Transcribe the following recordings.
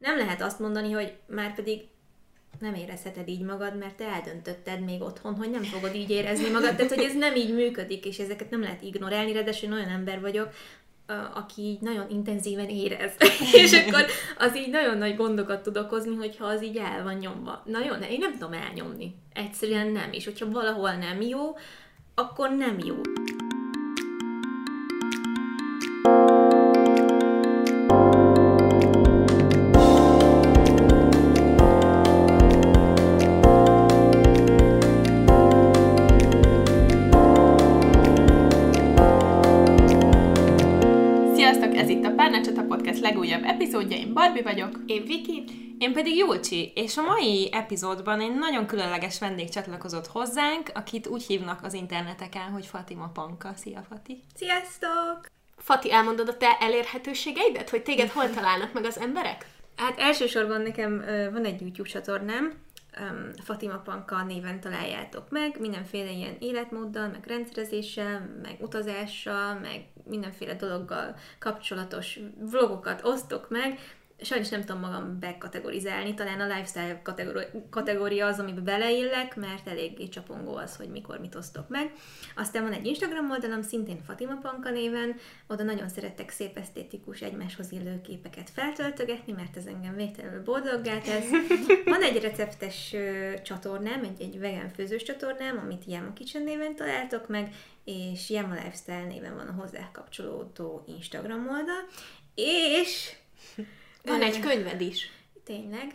nem lehet azt mondani, hogy már pedig nem érezheted így magad, mert te eldöntötted még otthon, hogy nem fogod így érezni magad, tehát hogy ez nem így működik, és ezeket nem lehet ignorálni, ráadásul olyan ember vagyok, aki így nagyon intenzíven érez. És akkor az így nagyon nagy gondokat tud okozni, hogyha az így el van nyomva. Na jó, én nem tudom elnyomni. Egyszerűen nem. És hogyha valahol nem jó, akkor nem jó. Legújabb epizódja, én Barbie vagyok. Én Viki. Én pedig Julcsi, és a mai epizódban egy nagyon különleges vendég csatlakozott hozzánk, akit úgy hívnak az interneteken, hogy Fatima Panka. Szia, Fati! Sziasztok! Fati, elmondod a te elérhetőségeidet? Hogy téged hol találnak meg az emberek? Hát elsősorban nekem van egy YouTube csatornám, Fatima Panka néven találjátok meg, mindenféle ilyen életmóddal, meg rendszerezéssel, meg utazással, meg mindenféle dologgal kapcsolatos vlogokat osztok meg. Sajnos nem tudom magam bekategorizálni, talán a lifestyle kategória az, amiben beleillek, mert eléggé csapongó az, hogy mikor mit osztok meg. Aztán van egy Instagram oldalam, szintén Fatima Panka néven, oda nagyon szeretek szép esztétikus, egymáshoz illő képeket feltöltögetni, mert ez engem végtelenül boldoggá tesz. Van egy receptes csatornám, egy vegán főzős csatornám, amit Yama Kitchen néven találtok meg, és Yama Lifestyle néven van a hozzá kapcsolódó Instagram oldal, és van egy könyved is. Tényleg.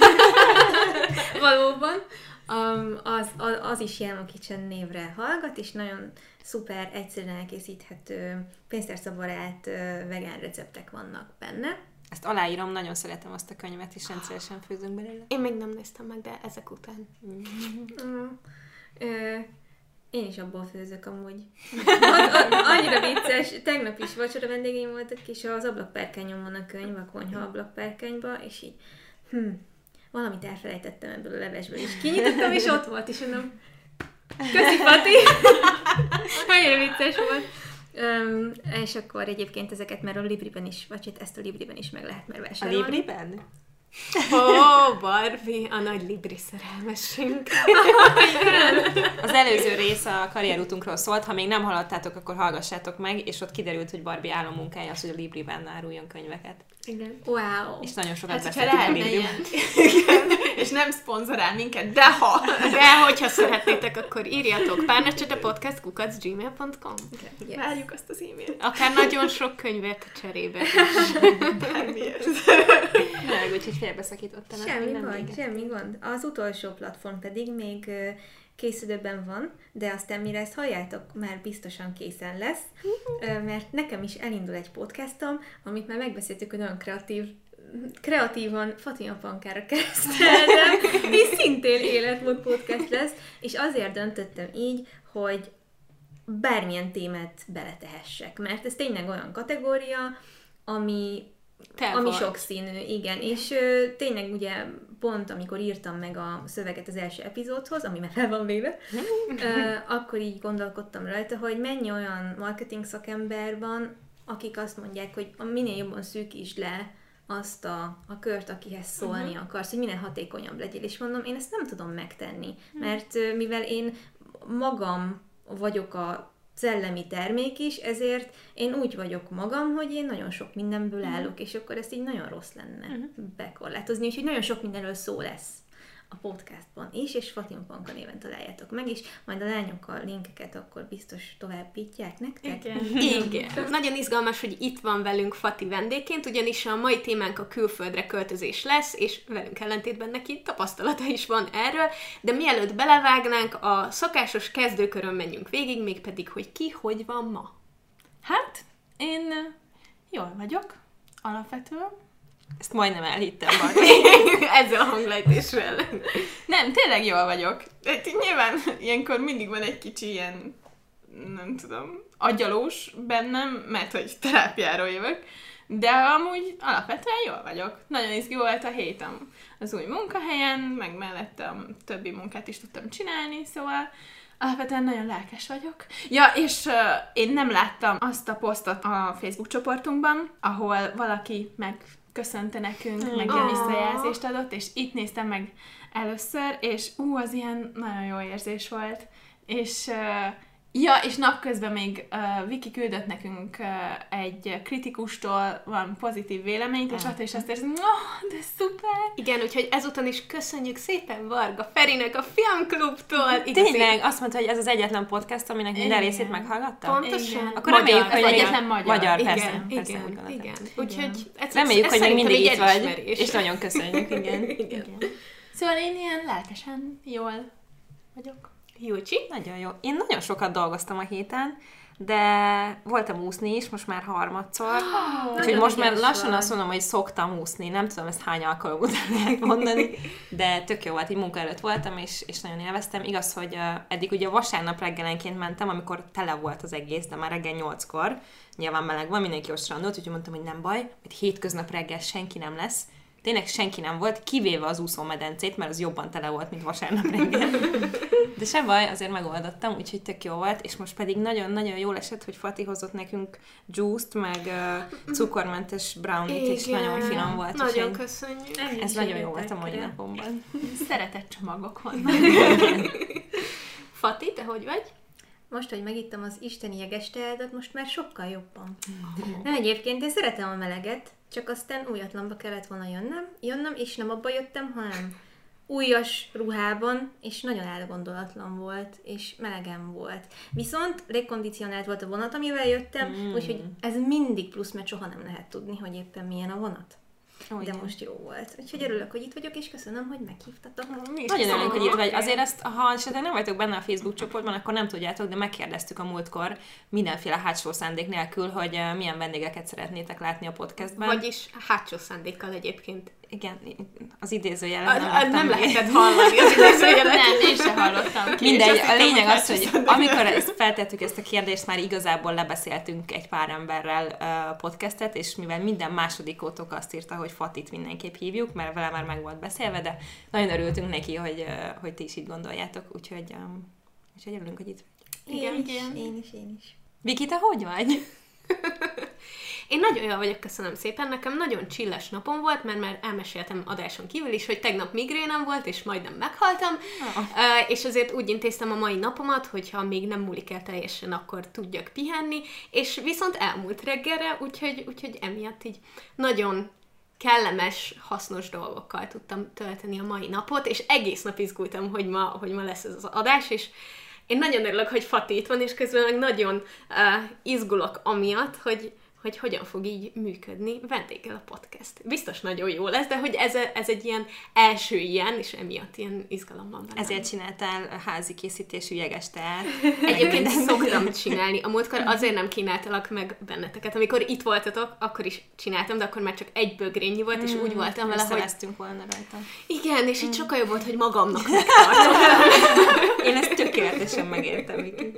Valóban. Az is Yama Kitchen névre hallgat, és nagyon szuper, egyszerűen elkészíthető, pénztárcabarát vegán receptek vannak benne. Ezt aláírom, nagyon szeretem azt a könyvet, és rendszeresen főzünk belőle. Én még nem néztem meg, de ezek után. Én is abból főzök amúgy. Annyira vicces, tegnap is vacsora vendégeim voltak, és az ablakpárkányon van a könyv, a konyha ablakpárkányba, és így valamit elfelejtettem ebből a levesből, és kinyitottam, és ott volt, és mondom, köszi Fati! Annyira vicces volt. És akkor egyébként ezeket már a Libriben is, vagy ezt a Libriben is meg lehet már vásárolni. A Libriben? Barbie, a nagy Libri szerelmesünk. Az előző rész a karrierútunkról szólt, ha még nem hallottátok, akkor hallgassátok meg, és ott kiderült, hogy Barbie álommunkája az, hogy a Libriben áruljon könyveket. Igen. Wow. És nagyon sokat beszéltünk a Libriben. És nem szponzorál minket, de hogyha szeretnétek, akkor írjatok párnacsatapodcast@gmail.com. Yes. Várjuk azt az e-mailt. Akár nagyon sok könyvet cserébe. Bármiért. Meg, úgyhogy félbeszakítottam. Semmi gond. Az utolsó platform pedig még készülőben van, de aztán mire ezt halljátok, már biztosan készen lesz, mert nekem is elindul egy podcastom, amit már megbeszéltük, hogy nagyon kreatívan Fatima Pankára kereszteltem, és szintén életmód podcast lesz, és azért döntöttem így, hogy bármilyen témát beletehessek, mert ez tényleg olyan kategória, ami sokszínű, igen, és tényleg ugye pont amikor írtam meg a szöveget az első epizódhoz, ami már fel van véve, akkor így gondolkodtam rajta, hogy mennyi olyan marketing szakember van, akik azt mondják, hogy minél jobban szűkítsd le azt a kört, akihez szólni akarsz, hogy minél hatékonyabb legyél, és mondom, én ezt nem tudom megtenni, mert mivel én magam vagyok a szellemi termék is, ezért én úgy vagyok magam, hogy én nagyon sok mindenből állok, és akkor ezt így nagyon rossz lenne bekorlátozni, úgyhogy nagyon sok mindenről szó lesz a podcastban is, és Fatima Panka néven találjátok meg, és majd a lányok a linkeket akkor biztos továbbítják nektek. Igen. Nagyon izgalmas, hogy itt van velünk Fati vendégként, ugyanis a mai témánk a külföldre költözés lesz, és velünk ellentétben neki tapasztalata is van erről, de mielőtt belevágnánk, a szokásos kezdőkörön menjünk végig, mégpedig, hogy ki hogy van ma. Hát, én jól vagyok, alapvetően. Ezt majdnem elhittem, Barbie. Ezzel a hanglejtéssel. Nem, tényleg jól vagyok. De nyilván ilyenkor mindig van egy kicsi ilyen, nem tudom, agyalós bennem, mert hogy terápiáról jövök, de amúgy alapvetően jól vagyok. Nagyon izgi volt a hétem az új munkahelyen, meg mellette a többi munkát is tudtam csinálni, szóval alapvetően nagyon lelkes vagyok. Ja, és én nem láttam azt a posztot a Facebook csoportunkban, ahol valaki köszönte nekünk, meg ilyen visszajelzést adott, és itt néztem meg először, és az ilyen nagyon jó érzés volt. És és napközben még Viki küldött nekünk egy kritikustól van pozitív véleményt, és attól is azt érzem, de szuper! Igen, úgyhogy ezúton is köszönjük szépen Varga Ferinek a Filmklubtól. Tényleg, azt mondta, hogy ez az egyetlen podcast, aminek minden részét meghallgattam? Pontosan. Akkor reméljük, hogy egyetlen magyar. Persze. Igen. Úgyhogy reméljük, hogy még mindig itt vagy, elismerés. és nagyon köszönjük. Igen. Szóval én ilyen lelkesen jól vagyok. Júcsi? Nagyon jó. Én nagyon sokat dolgoztam a héten, de voltam úszni is, most már harmadszor. Úgyhogy most már lassan azt mondom, hogy szoktam úszni. Nem tudom, ezt hány alkalom után lehet mondani, de tök jó volt, így munka előtt voltam, és nagyon élveztem. Igaz, hogy eddig ugye vasárnap reggelenként mentem, amikor tele volt az egész, de már reggel 8-kor. Nyilván meleg van, mindenki ott strandolt, úgyhogy mondtam, hogy nem baj, hogy hétköznap reggel senki nem lesz. Tényleg senki nem volt, kivéve az úszómedencét, mert az jobban tele volt, mint vasárnap reggel. De sem baj, azért megoldottam, úgyhogy tök jó volt, és most pedig nagyon-nagyon jól esett, hogy Fati hozott nekünk juice-t, meg cukormentes brownie-t, és nagyon finom volt. Nagyon köszönjük. Ez nagyon jó volt a mai napomban. Szeretett csomagok vannak. Fati, te hogy vagy? Most, hogy megittem az isteni jeges teádat, most már sokkal jobban. Nem, egyébként én szeretem a meleget, csak aztán újatlanba kellett volna jönnöm, és nem abba jöttem, hanem újas ruhában, és nagyon elgondolatlan volt, és melegem volt. Viszont légkondicionált volt a vonat, amivel jöttem, úgyhogy ez mindig plusz, mert soha nem lehet tudni, hogy éppen milyen a vonat. De most jó volt. Úgyhogy örülök, hogy itt vagyok, és köszönöm, hogy meghívtatok. Nagyon örülünk, hogy itt vagy. Azért ezt, ha esetleg nem vagytok benne a Facebook csoportban, akkor nem tudjátok, de megkérdeztük a múltkor mindenféle hátsó szándék nélkül, hogy milyen vendégeket szeretnétek látni a podcastben. Vagyis hátsó szándékkal egyébként. Igen, az idézőjelen nem lehetett hallani az idézőjelet. Nem, én sem hallottam ki. Mindegy, a lényeg az, hogy amikor feltettük ezt a kérdést, már igazából lebeszéltünk egy pár emberrel podcastet, és mivel minden másodikótok azt írta, hogy Fatit mindenképp hívjuk, mert vele már meg volt beszélve, de nagyon örültünk neki, hogy ti is így gondoljátok, úgyhogy örülünk, hogy itt vagy. Én is. Viki, te hogy vagy? Én nagyon jól vagyok, köszönöm szépen. Nekem nagyon chilles napom volt, mert már elmeséltem adáson kívül is, hogy tegnap migrénem volt, és majdnem meghaltam. És azért úgy intéztem a mai napomat, hogyha még nem múlik el teljesen, akkor tudjak pihenni, és viszont elmúlt reggelre, úgyhogy emiatt így nagyon kellemes, hasznos dolgokkal tudtam tölteni a mai napot, és egész nap izgultam, hogy ma lesz ez az adás, és én nagyon örülök, hogy Fati itt van, és közben meg nagyon izgulok amiatt, hogy hogyan fog így működni vendéggel a podcast. Biztos nagyon jó lesz, de hogy ez egy ilyen első ilyen, és emiatt ilyen izgalom van bennem. Ezért csináltál házi készítésű jeges teát. Egyébként szoktam csinálni. A múltkor azért nem kínáltalak meg benneteket. Amikor itt voltatok, akkor is csináltam, de akkor már csak egy bögrényi volt, és úgy voltam vele, hogy... volna rajta. Igen, és így sokkal jobb volt, hogy magamnak megtartom. Én ezt tökéletesen megértem, Viki.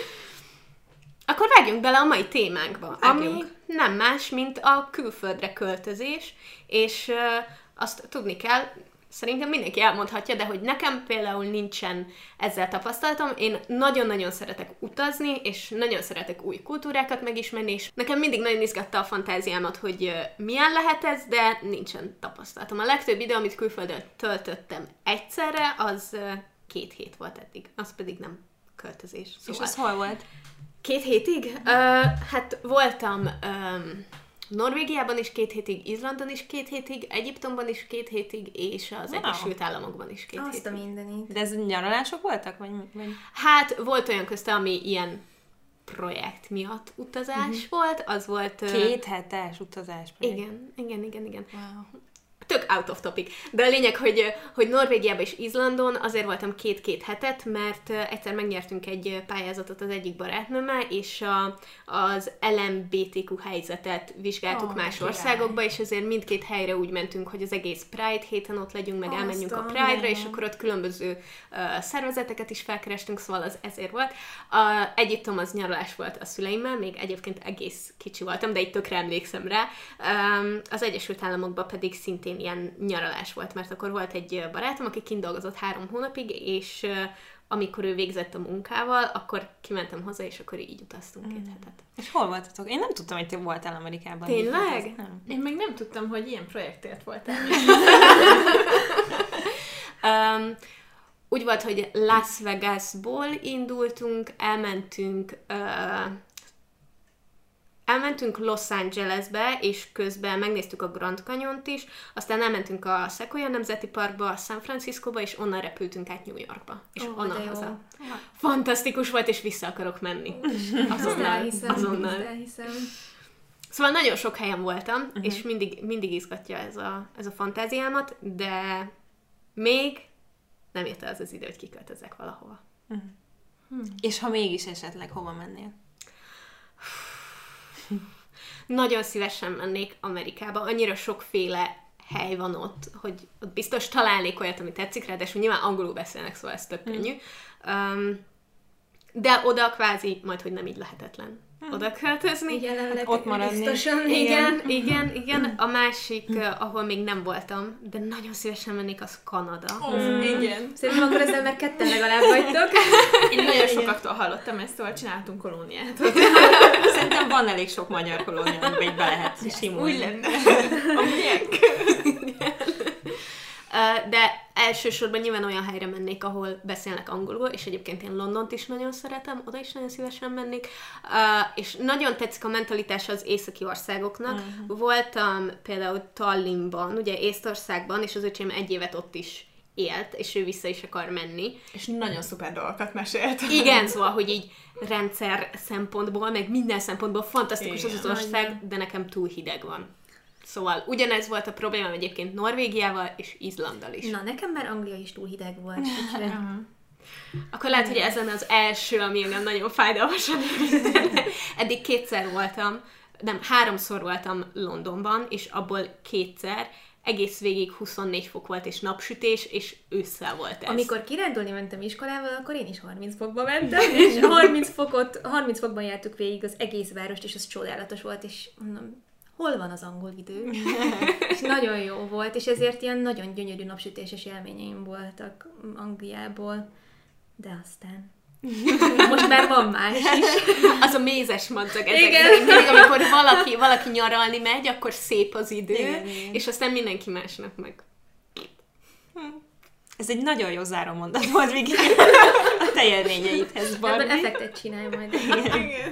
Akkor vágjunk bele a mai témánkba, ami nem más, mint a külföldre költözés, és azt tudni kell, szerintem mindenki elmondhatja, de hogy nekem például nincsen ezzel tapasztalatom. Én nagyon-nagyon szeretek utazni, és nagyon szeretek új kultúrákat megismerni, és nekem mindig nagyon izgatta a fantáziámat, hogy milyen lehet ez, de nincsen tapasztalatom. A legtöbb idő, amit külföldön töltöttem egyszerre, az 2 hét volt eddig, az pedig nem költözés. Szóval. És az hol volt? 2 hétig? Hát voltam Norvégiában is 2 hétig, Izlandon is 2 hétig, Egyiptomban is 2 hétig, és az Egyesült Államokban is 2 hétig. Azt a mindenit. De ez nyaralások voltak? Vagy? Hát volt olyan közte, ami ilyen projekt miatt utazás volt, az volt... 2 hetes utazás. Igen. Wow. Tök out of topic. De a lényeg, hogy Norvégiában és Izlandon azért voltam 2 hetet, mert egyszer megnyertünk egy pályázatot az egyik barátnőmmel, és az LMBTQ helyzetet vizsgáltuk más országokba, és azért mindkét helyre úgy mentünk, hogy az egész Pride héten ott legyünk, meg elmenjünk a Pride-ra, és akkor ott különböző szervezeteket is felkerestünk, szóval az ezért volt. Egyiptom az nyaralás volt a szüleimmel, még egyébként egész kicsi voltam, de így tökre emlékszem rá. Az Egyesült Államokban pedig szintén ilyen nyaralás volt, mert akkor volt egy barátom, aki kint dolgozott 3 hónapig, és amikor ő végzett a munkával, akkor kimentem haza, és akkor így utaztunk 2 hetet. És hol voltatok? Én nem tudtam, hogy te voltál Amerikában. Tényleg? Nem. Én meg nem tudtam, hogy ilyen projektért voltál. Úgy volt, hogy Las Vegasból indultunk, elmentünk Los Angelesbe, és közben megnéztük a Grand Canyont is, aztán elmentünk a Sequoia Nemzeti Parkba, San Franciscoba, és onnan repültünk át New Yorkba. És onnan haza. Fantasztikus volt, és vissza akarok menni. Azonnal. Elhiszem. Szóval nagyon sok helyen voltam, és mindig izgatja ez a fantáziámat, de még nem jött el az idő, hogy kiköltözek valahova. És ha mégis esetleg hova mennél? Nagyon szívesen mennék Amerikába. Annyira sokféle hely van ott, hogy ott biztos találnék olyat, ami tetszik rá, de nyilván angolul beszélnek, szóval ez tök könnyű. De oda kvázi majd, hogy nem így lehetetlen oda költözni. Jelenleg ott maradni. biztosan. Igen. A másik, ahol még nem voltam, de nagyon szívesen mennék, az Kanada. Igen. Szerintem akkor ezzel már ketten legalább vagytok. Én nagyon sokaktól hallottam ezt, szóval csináltunk kolóniát. Szerintem van elég sok magyar kolónia, amiben így be lehet simulni. Úgy lenne. A miénk. De elsősorban nyilván olyan helyre mennék, ahol beszélnek angolul, és egyébként én Londont is nagyon szeretem, oda is nagyon szívesen mennék, és nagyon tetszik a mentalitása az északi országoknak. Voltam például Tallinnban, ugye Észtországban, és az öcsém 1 évet ott is élt, és ő vissza is akar menni. És nagyon szuper dolgokat mesélt. Igen, szóval, hogy így rendszer szempontból, meg minden szempontból fantasztikus az ország, de nekem túl hideg van. Szóval ugyanez volt a problémám egyébként Norvégiával és Izlanddal is. Na, nekem már Anglia is túl hideg volt. Akkor lehet, hogy ez lenne az első, ami engem nagyon fájdalmasan érintett. Eddig 2-szer voltam, nem, 3-szor voltam Londonban, és abból 2-szer egész végig 24 fok volt, és napsütés, és ősszel volt ez. Amikor kirándulni mentem iskolával, akkor én is 30 fokba mentem, és 30 fokban jártuk végig az egész várost, és az csodálatos volt, és mondom, hol van az angol idő? És nagyon jó volt, és ezért ilyen nagyon gyönyörű napsütéses élményeim voltak Angliából, de aztán most már van más is. Az a mézes madzag ezek. Amikor valaki nyaralni megy, akkor szép az idő, igen. És aztán mindenki másnak meg. Ez egy nagyon jó zárómondat volt, Viki. A te élményeidhez, Barbie. Ebben effektet csinálj majd. Igen.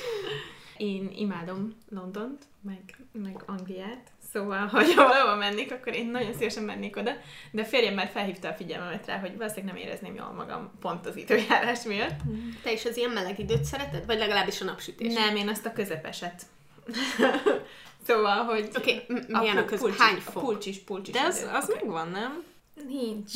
Én imádom Londont, meg Angliát, szóval, ha valahol mennék, akkor én nagyon szívesen mennék oda, de a férjem már felhívta a figyelmemet rá, hogy valószínűleg nem érezném jól magam pont az időjárás miatt. Te is az ilyen meleg időt szereted? Vagy legalábbis a napsütés? Nem, én azt a közöpeset. Szóval, hogy... Oké, milyen a közöpes? Hány fok? Pulcsis. De az megvan, nem? Nincs.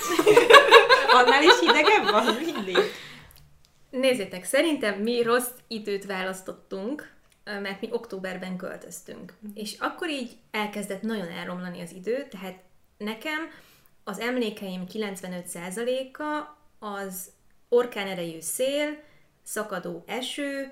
Annál is hidegebb van? Mindig. Nézzétek, szerintem mi rossz időt választottunk, mert mi októberben költöztünk. És akkor így elkezdett nagyon elromlani az idő, tehát nekem az emlékeim 95%-a az orkán erejű szél, szakadó eső,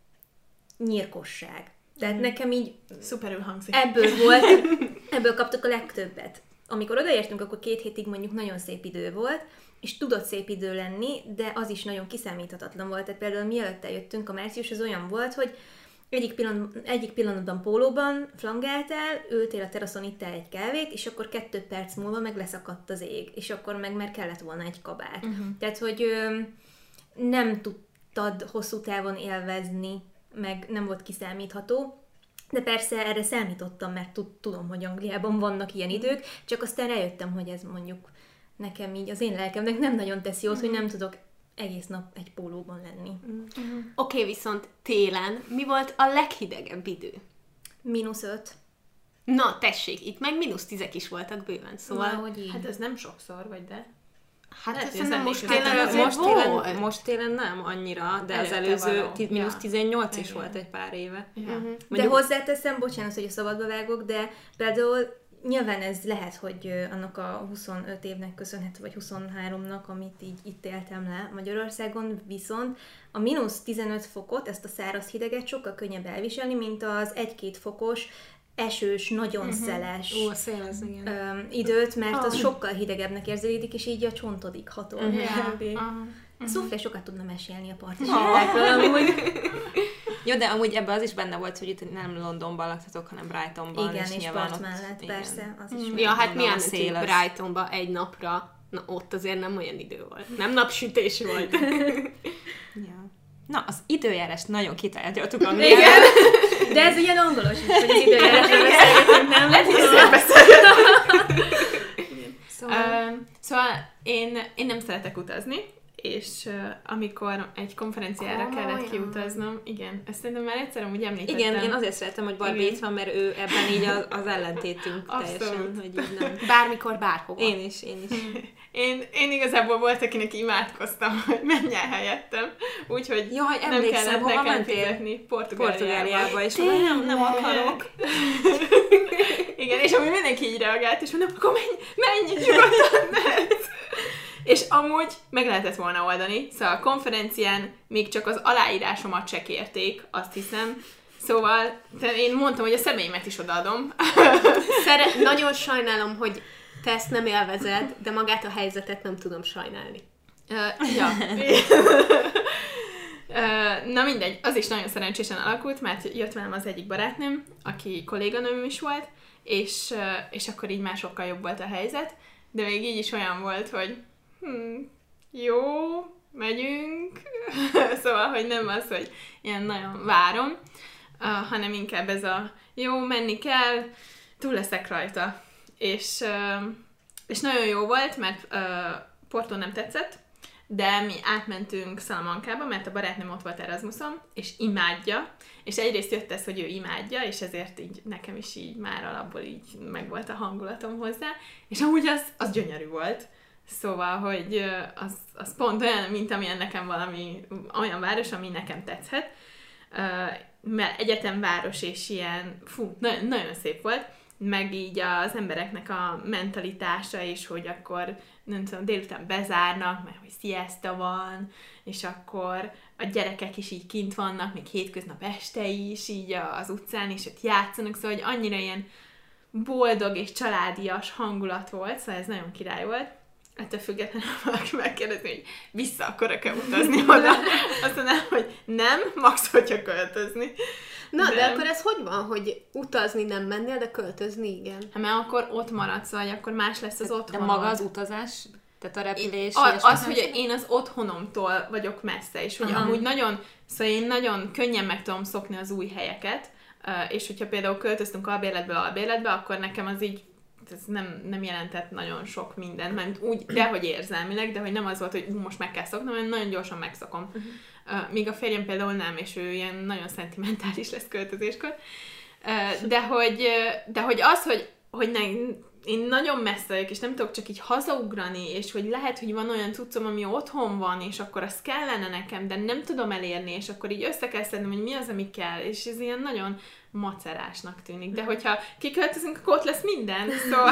nyírkosság. Tehát nekem így szuperül hangzik. Ebből kaptuk a legtöbbet. Amikor odaértünk, akkor 2 hétig mondjuk nagyon szép idő volt, és tudott szép idő lenni, de az is nagyon kiszámíthatatlan volt. Tehát például mielőtt eljöttünk, a március az olyan volt, hogy egyik pillanatban pólóban flangáltál, ültél a teraszon, ittál egy kávét, és akkor 2 perc múlva meg leszakadt az ég, és akkor meg már kellett volna egy kabát. Tehát, hogy nem tudtad hosszú távon élvezni, meg nem volt kiszámítható, de persze erre számítottam, mert tudom, hogy Angliában vannak ilyen idők, csak aztán rájöttem, hogy ez mondjuk nekem így az én lelkemnek nem nagyon teszi jót, hogy nem tudok egész nap egy pólóban lenni. Oké, viszont télen mi volt a leghidegebb idő? -5. Na, tessék, itt meg -10 is voltak bőven, szóval... Valahogy így. Hát ez nem sokszor, vagy de? Hát lehet, ez nem most még télen azért volt. Most télen nem annyira, de az Előtte előző való. -18 is Igen. volt egy pár éve. Ja. De hozzáteszem, bocsánat, hogy a szabadba vágok, de például nyilván ez lehet, hogy annak a 25 évnek köszönhető, vagy 23-nak, amit így itt éltem le Magyarországon, viszont a -15 fokot, ezt a száraz hideget sokkal könnyebb elviselni, mint az 1-2 fokos, esős, nagyon szeles A szél az, igen. időt, mert az sokkal hidegebbnek érződik, és így a csontodig hatol. A Szófia sokat tudna mesélni a partisétákról amúgy. Jó, de amúgy ebben az is benne volt, hogy itt nem Londonban laktatok, hanem Brightonban. Igen, és part mellett, igen. persze. Az is Ja, hát mi szél elmentünk Brightonba egy napra, na ott azért nem olyan idő volt. Nem napsütés volt. Ja. Na, az időjárást nagyon kitárgyaltuk a Igen, de ez ugye angolos is, hogy az időjárásról beszélgetünk, nem? Szóval én nem szeretek utazni, és amikor egy konferenciára kellett kiutaznom, igen, ezt szerintem már egyszer amúgy említettem. Igen, én azért szeretem, hogy Barbie itt van, mert ő ebben így az ellentétünk teljesen, hogy így nem. Bármikor, bárhova. Én is. Én igazából volt, akinek imádkoztam, hogy menjen helyettem, úgyhogy nem kellett nekem fizetni Portugáliába. És nem akarok. Igen, és amúgy mindenki így reagált, és mondom, akkor menj nyugodtan, mehetsz. És amúgy meg lehetett volna oldani, szóval a konferencián még csak az aláírásomat se kérték, azt hiszem. Szóval én mondtam, hogy a személyemet is odaadom. Nagyon sajnálom, hogy te ezt nem élvezed, de magát a helyzetet nem tudom sajnálni. Ja. Na mindegy, az is nagyon szerencsésen alakult, mert jött velem az egyik barátnőm, aki kolléganőm is volt, és akkor így már sokkal jobb volt a helyzet, de még így is olyan volt, hogy jó, megyünk, szóval, hogy nem az, hogy ilyen nagyon várom, hanem inkább ez a jó, menni kell, túl leszek rajta. És nagyon jó volt, mert Porto nem tetszett, de mi átmentünk Salamankába, mert a barátnőm ott volt Erasmuson, és imádja, és egyrészt jött ez, hogy ő imádja, és ezért így nekem is így már alapból így megvolt a hangulatom hozzá, és amúgy az gyönyörű volt. Szóval, hogy az pont olyan, mint amilyen nekem valami olyan város, ami nekem tetszhet, mert egyetemváros és ilyen, nagyon, nagyon szép volt, meg így az embereknek a mentalitása is, hogy akkor nem tudom, délután bezárnak, mert hogy siesta van, és akkor a gyerekek is így kint vannak, még hétköznap este is, így az utcán, és ott játszanak, szóval hogy annyira ilyen boldog és családias hangulat volt, szóval ez nagyon király volt. Ettől függetlenül valaki megkérdezni, hogy vissza akarok-e utazni oda. Azt mondanám, hogy nem, max, hogyha költözni. Na, de akkor ez hogy van, hogy utazni nem mennél, de költözni igen? Hát mert akkor ott maradsz, vagy akkor más lesz az otthon. De maga az utazás, tehát a repülés... Az, hogy én az otthonomtól vagyok messze, és hogy amúgy szóval én nagyon könnyen meg tudom szokni az új helyeket, és hogyha például költöztünk albérletbe, akkor nekem az így ez nem jelentett nagyon sok mindent, mert úgy, de hogy érzelmileg, de hogy nem az volt, hogy most meg kell szoknom, hanem nagyon gyorsan megszokom. Míg a férjem például nem, és ő ilyen nagyon szentimentális lesz költözéskor. De hogy az, hogy én nagyon messze vagyok, és nem tudok csak így hazaugrani, és hogy lehet, hogy van olyan cuccom, ami otthon van, és akkor az kellene nekem, de nem tudom elérni, és akkor így össze kell szednem, hogy mi az, ami kell, és ez ilyen nagyon macerásnak tűnik. De hogyha kiköltözünk, akkor ott lesz minden, szóval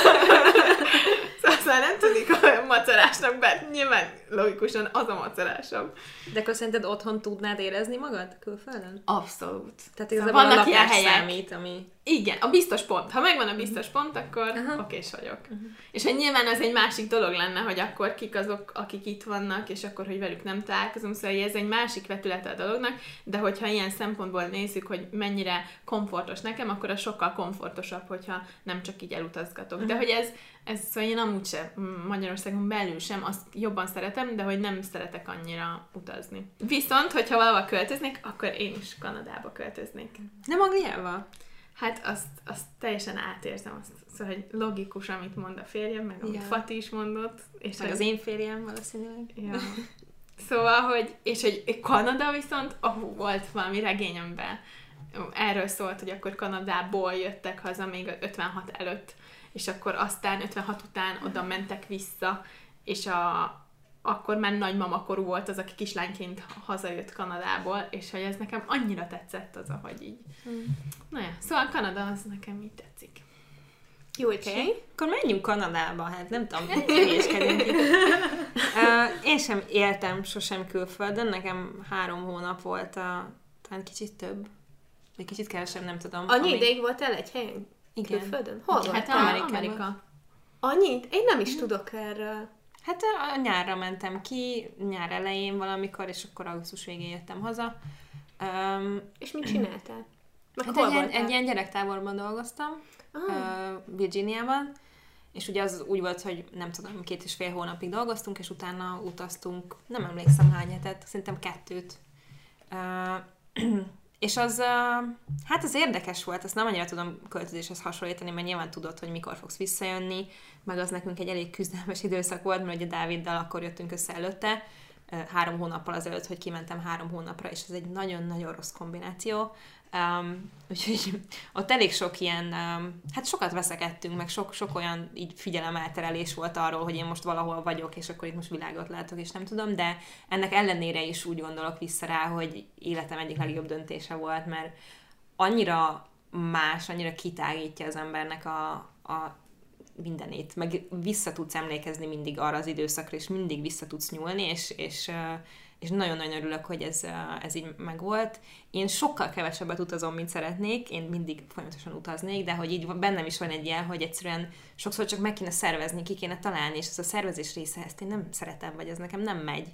nem tűnik olyan macerásnak, bár nyilván logikusan az a macerásabb. De akkor szerinted otthon tudnád érezni magad külföldön? Abszolút. Tehát igazából vannak a ilyen lakás helyek, számít, ami... Igen, a biztos pont. Ha megvan a biztos pont, akkor okés vagyok. És hogy nyilván az egy másik dolog lenne, hogy akkor kik azok, akik itt vannak, és akkor, hogy velük nem találkozom, szóval ez egy másik vetülete a dolognak, de hogyha ilyen szempontból nézzük, hogy mennyire komfortos nekem, akkor az sokkal komfortosabb, hogyha nem csak így elutazgatok. De hogy ez szóval én amúgy sem, Magyarországon belül sem, azt jobban szeretem, de hogy nem szeretek annyira utazni. Viszont, hogyha valahol költöznék, akkor én is Kanadába költöznék. Nem Angliába? Hát azt teljesen átérzem, szóval, hogy logikus, amit mond a férjem, meg amit Fati is mondott. És meg az én férjem valószínűleg. Ja. Szóval, hogy Kanada viszont, volt valami regényemben, erről szólt, hogy akkor Kanadából jöttek haza még 56 előtt, és akkor aztán 56 után oda mentek vissza, és akkor már nagymamakorú volt az, aki kislányként hazajött Kanadából, és hogy ez nekem annyira tetszett az, ahogy így. Na ja, szóval Kanada az nekem így tetszik. Jó, okay. Akkor menjünk Kanadába, hát nem tudom, hülyéskedünk itt. Én sem éltem sosem külföldön, nekem 3 hónap volt, talán kicsit több, vagy kicsit kevesebb, nem tudom. Annyi ideig voltál egy helyen? Igen. Külföldön? Hol Hát voltál? Amerika. Annyit? Én nem is tudok erről. Hát a nyárra mentem ki, nyár elején valamikor, és akkor augusztus végén jöttem haza. És mit csináltál? Hát egy ilyen gyerektáborban dolgoztam, Virginiában, és ugye az úgy volt, hogy nem tudom, 2,5 hónapig dolgoztunk, és utána utaztunk, nem emlékszem hány hetet, szerintem 2. És az, hát az érdekes volt, azt nem annyira tudom költözéshez hasonlítani, mert nyilván tudod, hogy mikor fogsz visszajönni, meg az nekünk egy elég küzdelmes időszak volt, mert ugye Dáviddal akkor jöttünk össze előtte, 3 hónappal azelőtt, hogy kimentem 3 hónapra, és ez egy nagyon-nagyon rossz kombináció. Úgyhogy ott elég sok ilyen, hát sokat veszekedtünk, meg sok olyan így figyelemelterelés volt arról, hogy én most valahol vagyok, és akkor itt most világot látok, és nem tudom, de ennek ellenére is úgy gondolok vissza rá, hogy életem egyik legjobb döntése volt, mert annyira más, annyira kitágítja az embernek a mindenét, meg vissza tudsz emlékezni mindig arra az időszakra, és mindig vissza tudsz nyúlni, és nagyon-nagyon örülök, hogy ez így megvolt. Én sokkal kevesebbet utazom, mint szeretnék, én mindig folyamatosan utaznék, de hogy így bennem is van egy ilyen, hogy egyszerűen sokszor csak meg kéne szervezni, ki kéne találni, és ez a szervezés része, ezt én nem szeretem, vagy ez nekem nem megy.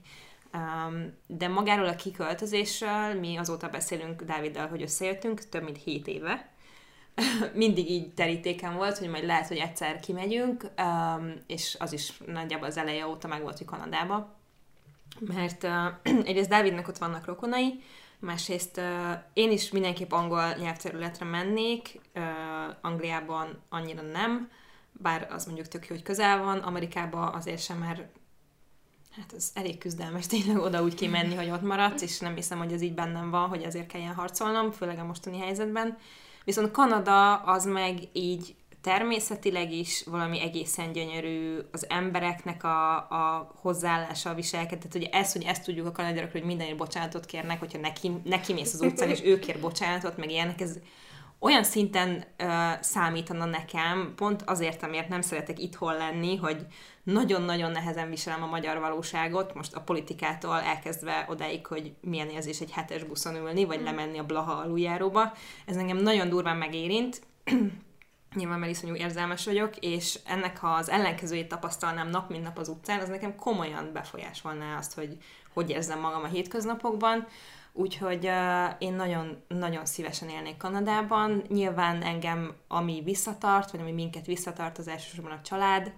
De magáról a kiköltözésről, mi azóta beszélünk Dáviddal, hogy összejöttünk, több mint 7 éve. Mindig így terítéken volt, hogy majd lehet, hogy egyszer kimegyünk, és az is nagyjából az eleje óta meg volt, hogy Kanadába. Mert egyrészt Dávidnak ott vannak rokonai, másrészt én is mindenképp angol nyelvterületre mennék, Angliában annyira nem, bár az mondjuk tök jó, hogy közel van, Amerikában azért sem, mert hát ez elég küzdelmes tényleg oda úgy kimenni, hogy ott maradsz, és nem hiszem, hogy ez így bennem van, hogy ezért kelljen harcolnom, főleg a mostani helyzetben. Viszont Kanada az meg így természetileg is valami egészen gyönyörű, az embereknek a hozzáállása, a viselkedés, tehát hogy ezt tudjuk a kanadiaiakról, hogy mindenért bocsánatot kérnek, hogyha neki mész az utcán, és ő kér bocsánatot, meg ilyenek, ez olyan szinten számítana nekem, pont azért, amiért nem szeretek itthon lenni, hogy nagyon-nagyon nehezen viselem a magyar valóságot, most a politikától elkezdve odáig, hogy milyen érzés egy 7-es buszon ülni, vagy lemenni a Blaha aluljáróba. Ez engem nagyon durván megérint, nyilván mert iszonyú érzelmes vagyok, és ennek az ellenkezőjét tapasztalnám nap mint nap az utcán, az nekem komolyan befolyásolná azt, hogy érzem magam a hétköznapokban. Úgyhogy én nagyon szívesen élnék Kanadában. Nyilván engem, ami visszatart, vagy ami minket visszatart, az elsősorban a család,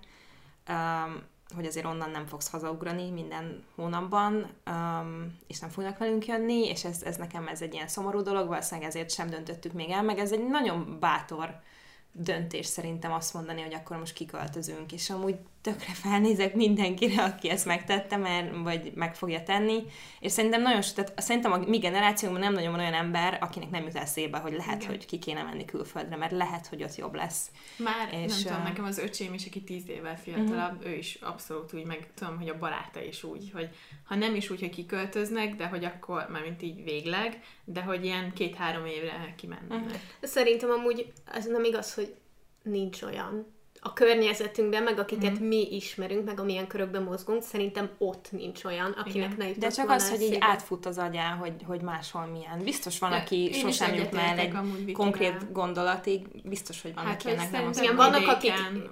hogy azért onnan nem fogsz hazaugrani minden hónapban, és nem fognak velünk jönni, és ez nekem ez egy ilyen szomorú dolog, valószínűleg ezért sem döntöttük még el, meg ez egy nagyon bátor döntés szerintem azt mondani, hogy akkor most kiköltözünk, és amúgy tökre felnézek mindenkire, aki ezt megtette, vagy meg fogja tenni, és szerintem a mi generációnkban nem nagyon van olyan ember, akinek nem jut eszébe, hogy lehet, igen, hogy ki kéne menni külföldre, mert lehet, hogy ott jobb lesz. Már és, nem tudom, nekem az öcsém is, aki 10 évvel fiatalabb, ő is abszolút úgy, meg tudom, hogy a baráta is úgy, hogy ha nem is úgy, hogy kiköltöznek, de hogy akkor, mármint így végleg, de hogy ilyen 2-3 évre kimennek. Szerintem amúgy ez nem igaz, hogy nincs olyan. A környezetünkben, meg akiket mi ismerünk, meg amilyen körökben mozgunk, szerintem ott nincs olyan, akinek ne jutott. De csak az, hogy így átfut az agyán, hogy máshol milyen. Biztos van, aki sosem jutna el egy konkrét gondolatig, biztos, hogy van, akinek nem az. Igen, vannak, akik...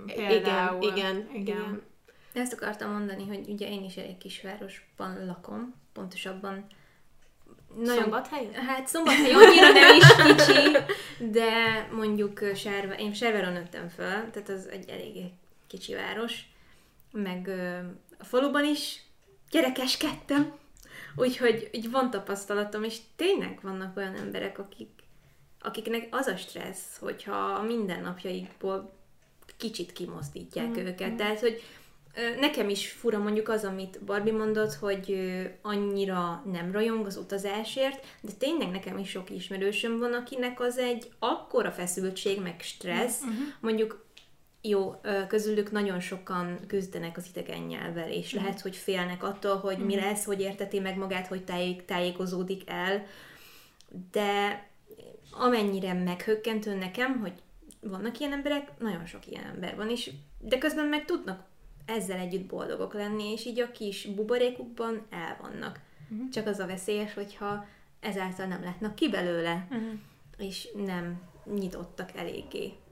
Igen. De ezt akartam mondani, hogy ugye én is egy kisvárosban lakom, pontosabban Szombathelyen? Hát Szombathely annyira nem is kicsi, de mondjuk én Serveron nőttem föl, tehát az egy elég kicsi város, meg a faluban is gyerekeskedtem, úgyhogy így van tapasztalatom, és tényleg vannak olyan emberek, akiknek az a stressz, hogyha a mindennapjaikból kicsit kimozdítják őket, tehát hogy nekem is fura mondjuk az, amit Barbie mondott, hogy annyira nem rajong az utazásért, de tényleg nekem is sok ismerősöm van, akinek az egy akkora feszültség, meg stressz, mondjuk jó, közülük nagyon sokan küzdenek az idegen nyelvvel, és lehet, hogy félnek attól, hogy mi lesz, hogy érteti meg magát, hogy tájékozódik el, de amennyire meghökkentő nekem, hogy vannak ilyen emberek, nagyon sok ilyen ember van, de közben meg tudnak ezzel együtt boldogok lenni, és így a kis buborékukban el vannak. Csak az a veszélyes, hogyha ezáltal nem látnak ki belőle, és nem nyitottak eléggé.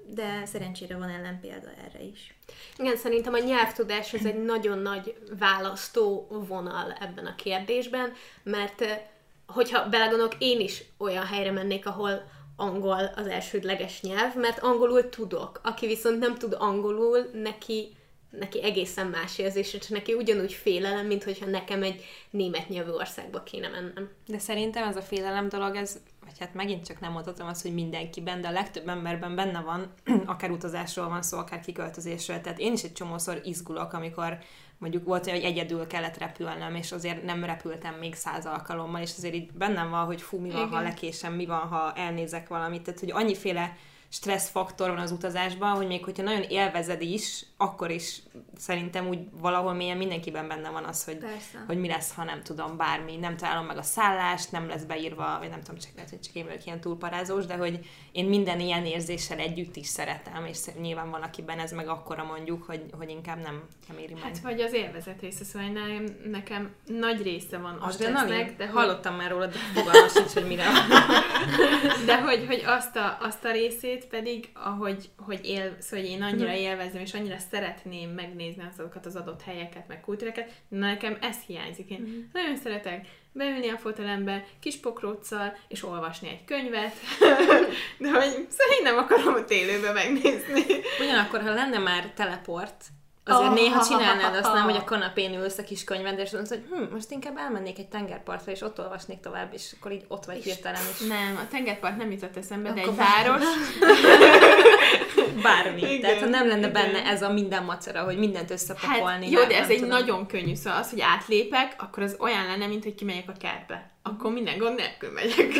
de szerencsére van ellenpélda erre is. Igen, szerintem a nyelvtudás az egy nagyon nagy választó vonal ebben a kérdésben, mert hogyha belegondolok, én is olyan helyre mennék, ahol angol az elsődleges nyelv, mert angolul tudok. Aki viszont nem tud angolul, neki egészen más érzés, és neki ugyanúgy félelem, mint hogyha nekem egy német nyelvű országba kéne mennem. De szerintem ez a félelem dolog, vagy hát megint csak nem mondhatom azt, hogy mindenkiben, de a legtöbb emberben benne van, akár utazásról van szó, akár kiköltözésről. Tehát én is egy csomószor izgulok, amikor mondjuk volt olyan, hogy egyedül kellett repülnem, és azért nem repültem még 100 alkalommal, és azért így bennem van, hogy mi van, ha lekésem, mi van, ha elnézek valamit. Tehát, hogy annyiféle stresszfaktor van az utazásban, hogy még hogyha nagyon élvezed is, akkor is szerintem úgy valahol mélyen mindenkiben benne van az, hogy mi lesz, ha nem tudom, bármi, nem találom meg a szállást, nem lesz beírva, vagy nem tudom, csak én vagyok ilyen túlparázós, de hogy én minden ilyen érzéssel együtt is szeretem, és nyilván van, akiben ez meg akkora mondjuk, hogy inkább nem éri meg. Hát vagy az élvezet része, szóval nekem nagy része van a stressznek, de hallottam már róla, de fogalmam sincs, hogy mire. De hogy azt a részét pedig, hogy én annyira élvezem, és annyira szeretném megnézni azokat az adott helyeket, meg kultúrákat, nekem ez hiányzik. Én nagyon szeretek beülni a fotelembe, kis pokróccal, és olvasni egy könyvet, de hogy szóval én nem akarom a élőben megnézni. Ugyanakkor, ha lenne már teleport, azért néha csinálnád azt, nem, hogy a kanapén ülsz a kis könyved, és mondsz, hogy most inkább elmennék egy tengerpartra, és ott olvasnék tovább, és akkor így ott vagy hirtelen is. Nem, a tengerpart nem jutott eszembe, de egy város. Bármi. Igen, tehát ha nem lenne benne ez a minden macera, hogy mindent összepakolni. Hát, jó, de ez egy nagyon könnyű, szóval az, hogy átlépek, akkor az olyan lenne, mint hogy kimegyek a kertbe. Akkor minden gond nélkül megyek.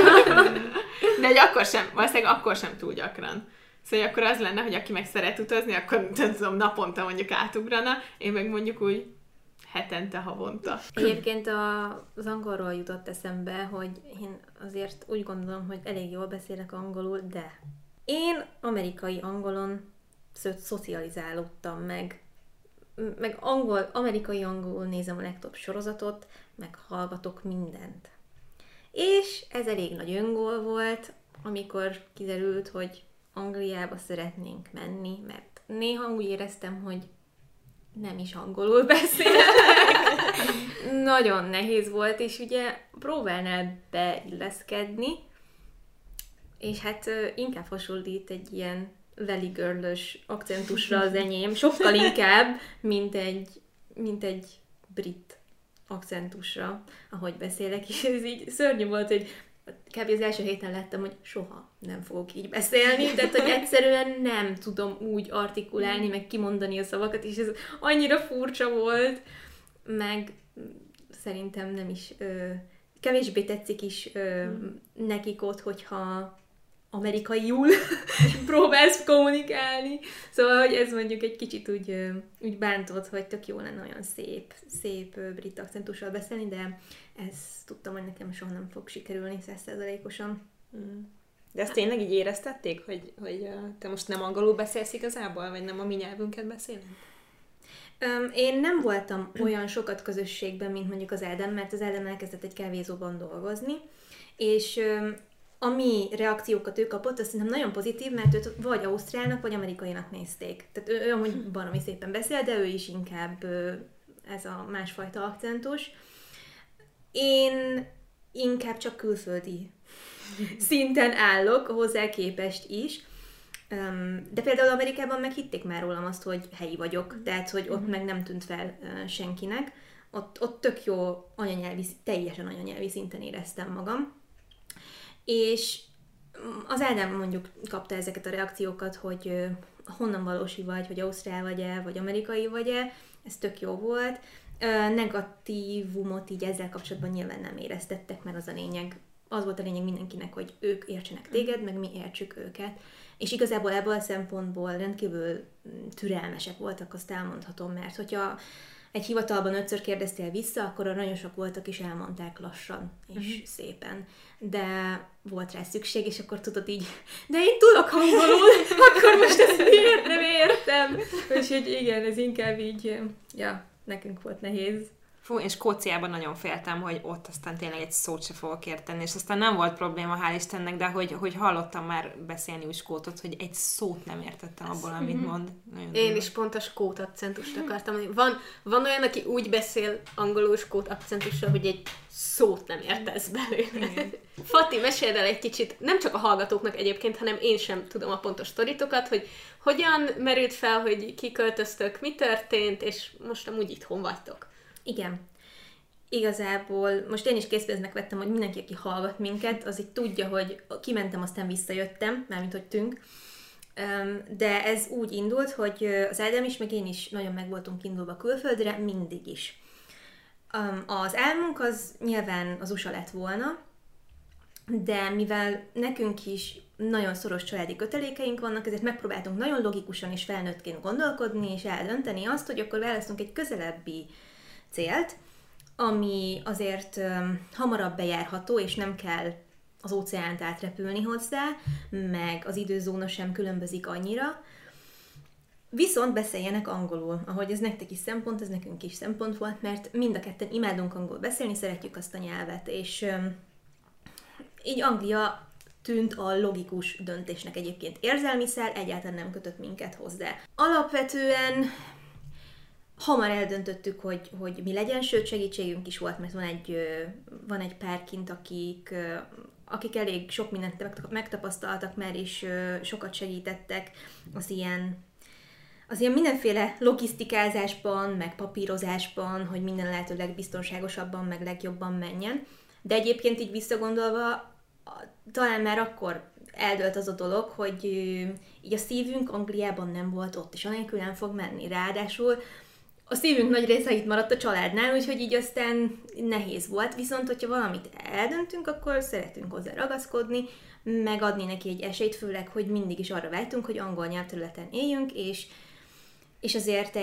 De hogy valószínűleg akkor sem túl gyakran. Szóval akkor az lenne, hogy aki meg szeret utazni, akkor tudom, naponta mondjuk átugrana, én meg mondjuk úgy hetente, havonta. Egyébként az angolról jutott eszembe, hogy én azért úgy gondolom, hogy elég jól beszélek angolul, de én amerikai angolon szocializálódtam meg amerikai angolul nézem a legtöbb sorozatot, meg hallgatok mindent. És ez elég nagy öngól volt, amikor kiderült, hogy Angliába szeretnénk menni, mert néha úgy éreztem, hogy nem is angolul beszélek. Nagyon nehéz volt, és ugye próbálnál beilleszkedni, és hát inkább hasonlít egy ilyen valley girl-ös akcentusra az enyém, sokkal inkább, mint egy brit akcentusra, ahogy beszélek, és ez így szörnyű volt, hogy kb. Az első héten láttam, hogy soha nem fogok így beszélni, tehát hogy egyszerűen nem tudom úgy artikulálni, meg kimondani a szavakat, és ez annyira furcsa volt, meg szerintem nem is, kevésbé tetszik is nekik ott, hogyha amerikaiul próbálsz kommunikálni. Szóval, hogy ez mondjuk egy kicsit úgy bántott, hogy tök jó lenne olyan szép brit akcentussal beszélni, de ezt tudtam, hogy nekem soha nem fog sikerülni 100%-osan. De ezt tényleg így éreztették, hogy te most nem angolul beszélsz igazából, vagy nem a mi nyelvünket beszélünk? Én nem voltam olyan sokat közösségben, mint mondjuk az Ádám, mert az Ádám elkezdett egy kávézóban dolgozni, és ami reakciókat ő kapott, azt szerintem nagyon pozitív, mert őt vagy ausztrálnak, vagy amerikainak nézték. Tehát ő amúgy baromi szépen beszél, de ő is inkább ez a másfajta akcentus. Én inkább csak külföldi szinten állok, hozzá képest is. De például Amerikában meghitték már rólam azt, hogy helyi vagyok, tehát hogy ott meg nem tűnt fel senkinek. Ott tök jó teljesen anyanyelvi szinten éreztem magam. És az Ádám mondjuk kapta ezeket a reakciókat, hogy honnan valósi vagy, hogy ausztrál vagy-e, vagy amerikai vagy-e, ez tök jó volt. Negatívumot így ezzel kapcsolatban nyilván nem éreztettek, mert az volt a lényeg mindenkinek, hogy ők értsenek téged, meg mi értsük őket. És igazából ebből a szempontból rendkívül türelmesek voltak, azt elmondhatom, mert hogyha egy hivatalban 5-ször kérdeztél vissza, akkor aranyosak voltak, és elmondták lassan, és szépen. De volt rá szükség, és akkor tudod így, de én tudok angolul, akkor most ezt miért nem értem? Úgyhogy igen, ez inkább így, nekünk volt nehéz. Fú, én Skóciában nagyon féltem, hogy ott aztán tényleg egy szót se fogok érteni, és aztán nem volt probléma, hál' Istennek, de hogy hallottam már beszélni úgy skótot, hogy egy szót nem értettem abból, amit mond. Én is pont a skót akcentust akartam. Van olyan, aki úgy beszél angolul skót akcentussal, hogy egy szót nem értesz belőle. Fati, meséld el egy kicsit, nem csak a hallgatóknak egyébként, hanem én sem tudom a pontos sztoritokat, hogy hogyan merült fel, hogy kiköltöztök, mi történt, és most amúgy itthon vagytok. Igen. Igazából most én is készpénznek vettem, hogy mindenki, aki hallgat minket, az így tudja, hogy kimentem, aztán visszajöttem, mármint hogy tünk. De ez úgy indult, hogy az Ádám is, meg én is nagyon meg voltunk indulva külföldre, mindig is. Az álmunk az nyilván az USA lett volna, de mivel nekünk is nagyon szoros családi kötelékeink vannak, ezért megpróbáltunk nagyon logikusan és felnőttként gondolkodni, és eldönteni azt, hogy akkor választunk egy közelebbi célt, ami azért hamarabb bejárható, és nem kell az óceánt átrepülni hozzá, meg az időzóna sem különbözik annyira. Viszont beszéljenek angolul, ahogy ez nektek is szempont, ez nekünk is szempont volt, mert mind a ketten imádunk angol beszélni, szeretjük azt a nyelvet, és így Anglia tűnt a logikus döntésnek egyébként. Érzelmi szál egyáltalán nem kötött minket hozzá. Alapvetően hamar eldöntöttük, hogy mi legyen, sőt segítségünk is volt, mert van egy pár kint, akik elég sok mindent megtapasztaltak már, és sokat segítettek az ilyen mindenféle logisztikázásban, meg papírozásban, hogy minden lehetőleg biztonságosabban, meg legjobban menjen. De egyébként így visszagondolva, talán már akkor eldőlt az a dolog, hogy így a szívünk Angliában nem volt ott, és anélkül nem fog menni. Ráadásul a szívünk nagy része itt maradt a családnál, úgyhogy így aztán nehéz volt. Viszont, hogyha valamit eldöntünk, akkor szeretünk hozzá ragaszkodni, megadni neki egy esélyt, főleg, hogy mindig is arra vágytunk, hogy angol nyelvterületen éljünk, és azért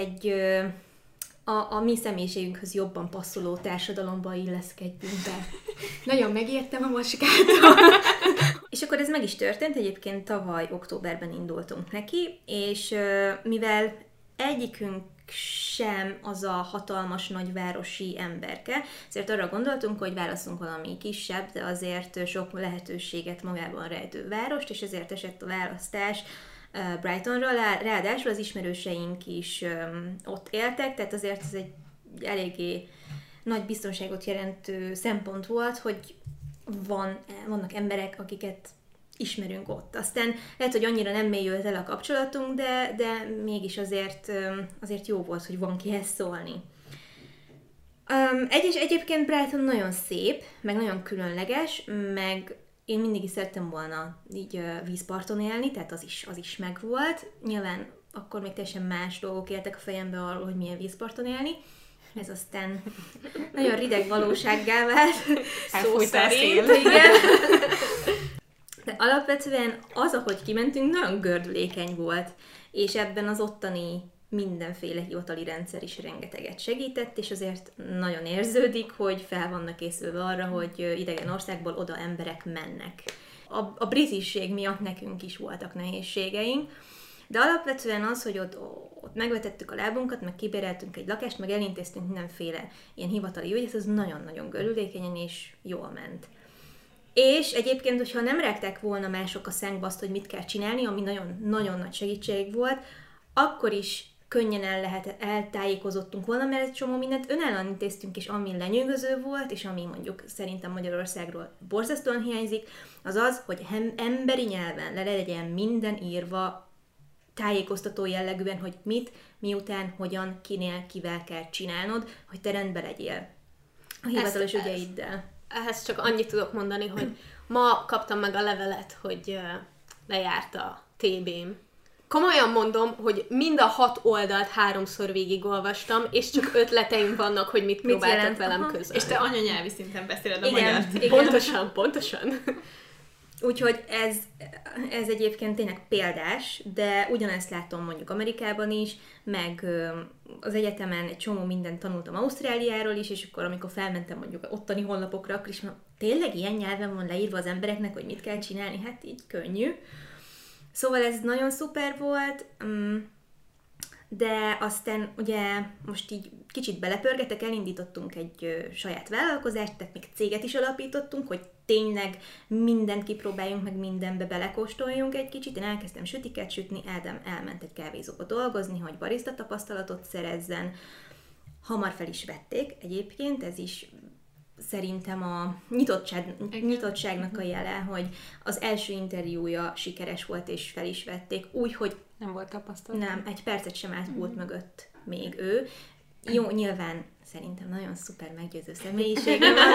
a mi személyiségünkhöz jobban passzoló társadalomba illeszkedjünk be. Nagyon megijedtem a macskától. És akkor ez meg is történt, egyébként tavaly októberben indultunk neki, és mivel egyikünk sem az a hatalmas nagyvárosi emberke, ezért arra gondoltunk, hogy válaszunk valami kisebb, de azért sok lehetőséget magában rejtő várost, és ezért esett a választás Brightonra, ráadásul az ismerőseink is ott éltek, tehát azért ez egy eléggé nagy biztonságot jelentő szempont volt, hogy vannak emberek, akiket ismerünk ott. Aztán lehet, hogy annyira nem mélyült el a kapcsolatunk, de mégis azért jó volt, hogy van kihez szólni. Egyébként Brighton nagyon szép, meg nagyon különleges, meg én mindig is szerettem volna így vízparton élni, tehát az is megvolt. Nyilván akkor még teljesen más dolgok éltek a fejembe arról, hogy milyen vízparton élni. Ez aztán nagyon rideg valósággá vált. Szó szerint, igen. De alapvetően az, ahogy kimentünk, nagyon gördülékeny volt, és ebben az ottani mindenféle hivatali rendszer is rengeteget segített, és azért nagyon érződik, hogy fel vannak készülve arra, hogy idegen országból oda emberek mennek. A britisség miatt nekünk is voltak nehézségeink, de alapvetően az, hogy ott megvetettük a lábunkat, meg kibéreltünk egy lakást, meg elintéztünk mindenféle ilyen hivatali ügyet, ez nagyon-nagyon gördülékenyen és jól ment. És egyébként, hogyha nem rágták volna mások a szánkba azt, hogy mit kell csinálni, ami nagyon nagy segítség volt, akkor is könnyen eltájékozottunk volna, mert egy csomó mindent önállóan intéztünk, és ami lenyűgöző volt, és ami mondjuk szerintem Magyarországról borzasztóan hiányzik, az az, hogy emberi nyelven le legyen minden írva, tájékoztató jellegűen, hogy mit, miután, hogyan, kinél, kivel kell csinálnod, hogy te rendben legyél a hivatalos ügyeiddel. Ehhez csak annyit tudok mondani, hogy ma kaptam meg a levelet, hogy lejárt a TB-m. Komolyan mondom, hogy mind a 6 oldalt 3-szor végigolvastam, és csak ötleteim vannak, hogy mit próbáltak velem közölni. És te anyanyelvi szinten beszéled a magyar. Pontosan. Úgyhogy ez egyébként tényleg példás, de ugyanezt látom mondjuk Amerikában is, meg az egyetemen egy csomó mindent tanultam Ausztráliáról is, és akkor amikor felmentem mondjuk ottani honlapokra, akkor is mondom, tényleg ilyen nyelven van leírva az embereknek, hogy mit kell csinálni? Hát így könnyű. Szóval ez nagyon szuper volt. de aztán ugye most így kicsit belepörgetek, elindítottunk egy saját vállalkozást, tehát még céget is alapítottunk, hogy tényleg mindent kipróbáljunk, meg mindenbe belekóstoljunk egy kicsit. Én elkezdtem sütiket sütni, Ádám elment egy kávézóba dolgozni, hogy barista tapasztalatot szerezzen. Hamar fel is vették egyébként, ez is szerintem a nyitottságnak a jele, hogy az első interjúja sikeres volt, és fel is vették, úgy, hogy nem volt tapasztalat. Nem, egy percet sem állt pult mögött még ő. Jó, nyilván szerintem nagyon szuper meggyőző személyisége van,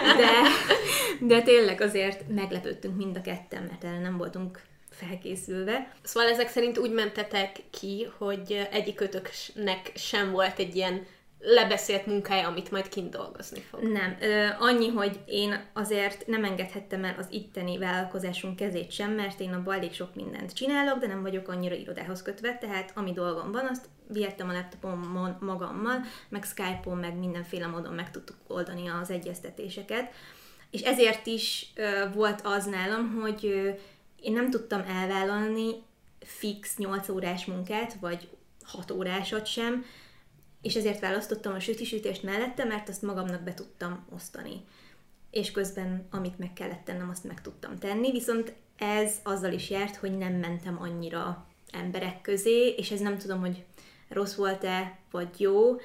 de tényleg azért meglepődtünk mind a ketten, mert erre nem voltunk felkészülve. Szóval ezek szerint úgy mentetek ki, hogy egyikötöknek sem volt egy ilyen lebeszélt munkája, amit majd kint dolgozni fog. Nem. Annyi, hogy én azért nem engedhettem el az itteni vállalkozásunk kezét sem, mert én abban elég sok mindent csinálok, de nem vagyok annyira irodához kötve, tehát ami dolgom van, azt vihettem a laptopon magammal, meg Skype-on, meg mindenféle módon meg tudtuk oldani az egyeztetéseket. És ezért is volt az nálam, hogy én nem tudtam elvállalni fix 8 órás munkát, vagy 6 órásat sem, és ezért választottam a sütisütést mellette, mert azt magamnak be tudtam osztani. És közben, amit meg kellett tennem, azt meg tudtam tenni, viszont ez azzal is járt, hogy nem mentem annyira emberek közé, és ez nem tudom, hogy rossz volt-e, vagy jó,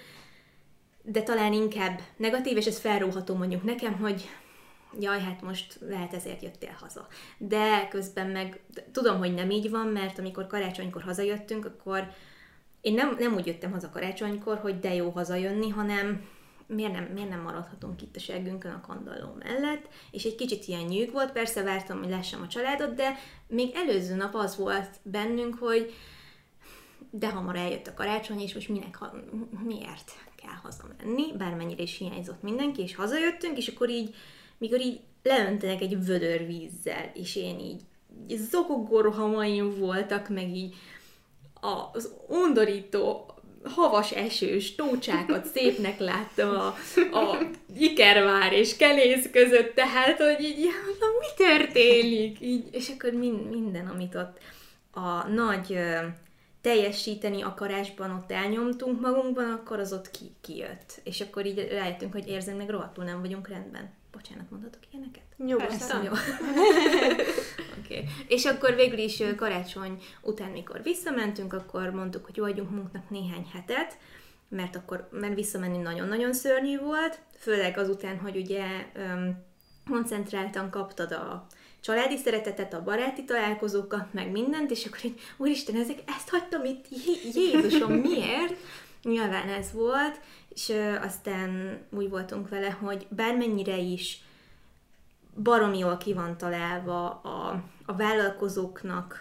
de talán inkább negatív, és ez felróható mondjuk nekem, hogy jaj, hát most lehet ezért jöttél haza. De közben meg tudom, hogy nem így van, mert amikor karácsonykor hazajöttünk, akkor én nem úgy jöttem haza karácsonykor, hogy de jó hazajönni, hanem miért nem maradhatunk itt a seggünkön a kandalló mellett, és egy kicsit ilyen nyűg volt, persze vártam, hogy lássam a családot, de még előző nap az volt bennünk, hogy de hamar eljött a karácsony, és most miért kell hazamenni, bármennyire is hiányzott mindenki, és hazajöttünk, és akkor így, mikor így leöntenek egy vödör vízzel, és én így zokogorhamaim voltak, meg így az undorító, havas esős tócsákat szépnek láttam a Ikervár és Kelész között, tehát, hogy így, mi történik? Így, és akkor minden, amit ott a nagy teljesíteni akarásban ott elnyomtunk magunkban, akkor az ott kijött. És akkor így rájöttünk, hogy érzelmileg rohadtul nem vagyunk rendben. Bocsánat, mondhatok ilyeneket? Nyugodtan. Jó. Okay. És akkor végül is karácsony után, mikor visszamentünk, akkor mondtuk, hogy jó, adjunk magunknak néhány hetet, mert visszamenni nagyon-nagyon szörnyű volt, főleg azután, hogy ugye koncentráltan kaptad a családi szeretetet, a baráti találkozókat, meg mindent, és akkor így, úristen, ezt hagytam itt, Jézusom, miért? Nyilván ez volt, és aztán úgy voltunk vele, hogy bármennyire is baromi jól ki van találva a vállalkozóknak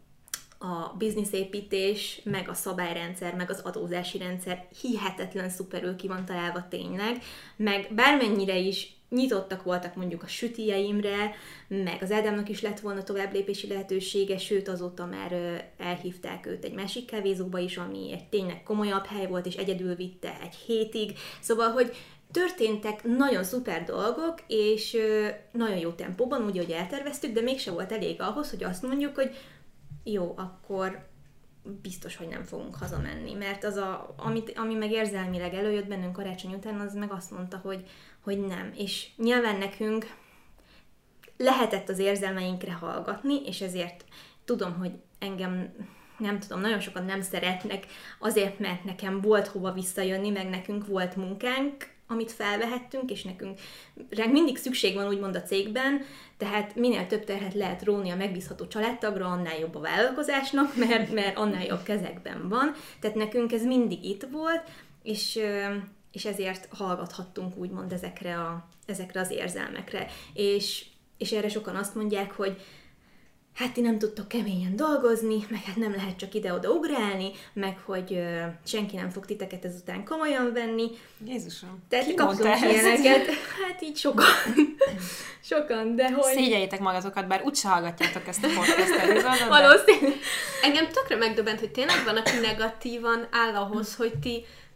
a bizniszépítés, meg a szabályrendszer, meg az adózási rendszer hihetetlen szuperül ki van találva tényleg, meg bármennyire is nyitottak voltak mondjuk a sütijeimre, meg az Ádámnak is lett volna továbblépési lehetősége, sőt azóta már elhívták őt egy másik kávézóba is, ami egy tényleg komolyabb hely volt, és egyedül vitte egy hétig. Szóval, hogy történtek nagyon szuper dolgok, és nagyon jó tempóban, úgy, hogy elterveztük, de mégse volt elég ahhoz, hogy azt mondjuk, hogy jó, akkor biztos, hogy nem fogunk hazamenni, mert az ami meg érzelmileg előjött bennünk karácsony után, az meg azt mondta, hogy nem. És nyilván nekünk lehetett az érzelmeinkre hallgatni, és ezért tudom, hogy engem, nem tudom, nagyon sokan nem szeretnek, azért, mert nekem volt hova visszajönni, meg nekünk volt munkánk, amit felvehettünk, és nekünk mindig szükség van úgymond a cégben, tehát minél több terhet lehet róni a megbízható családtagra, annál jobb a vállalkozásnak, mert annál jobb kezekben van. Tehát nekünk ez mindig itt volt, és ezért hallgathattunk úgymond ezekre az érzelmekre. És erre sokan azt mondják, hogy hát ti nem tudtok keményen dolgozni, meg hát nem lehet csak ide-oda ugrálni, meg hogy senki nem fog titeket ezután komolyan venni. Jézusom, tehát kaptunk ilyeneket. Hát így sokan, de hogy... Szégyeljétek magatokat, bár úgyse hallgatjátok ezt a podcastet. Valószínűleg. Engem tökre megdöbbent, hogy tényleg van, aki negatívan áll ahhoz, hogy ti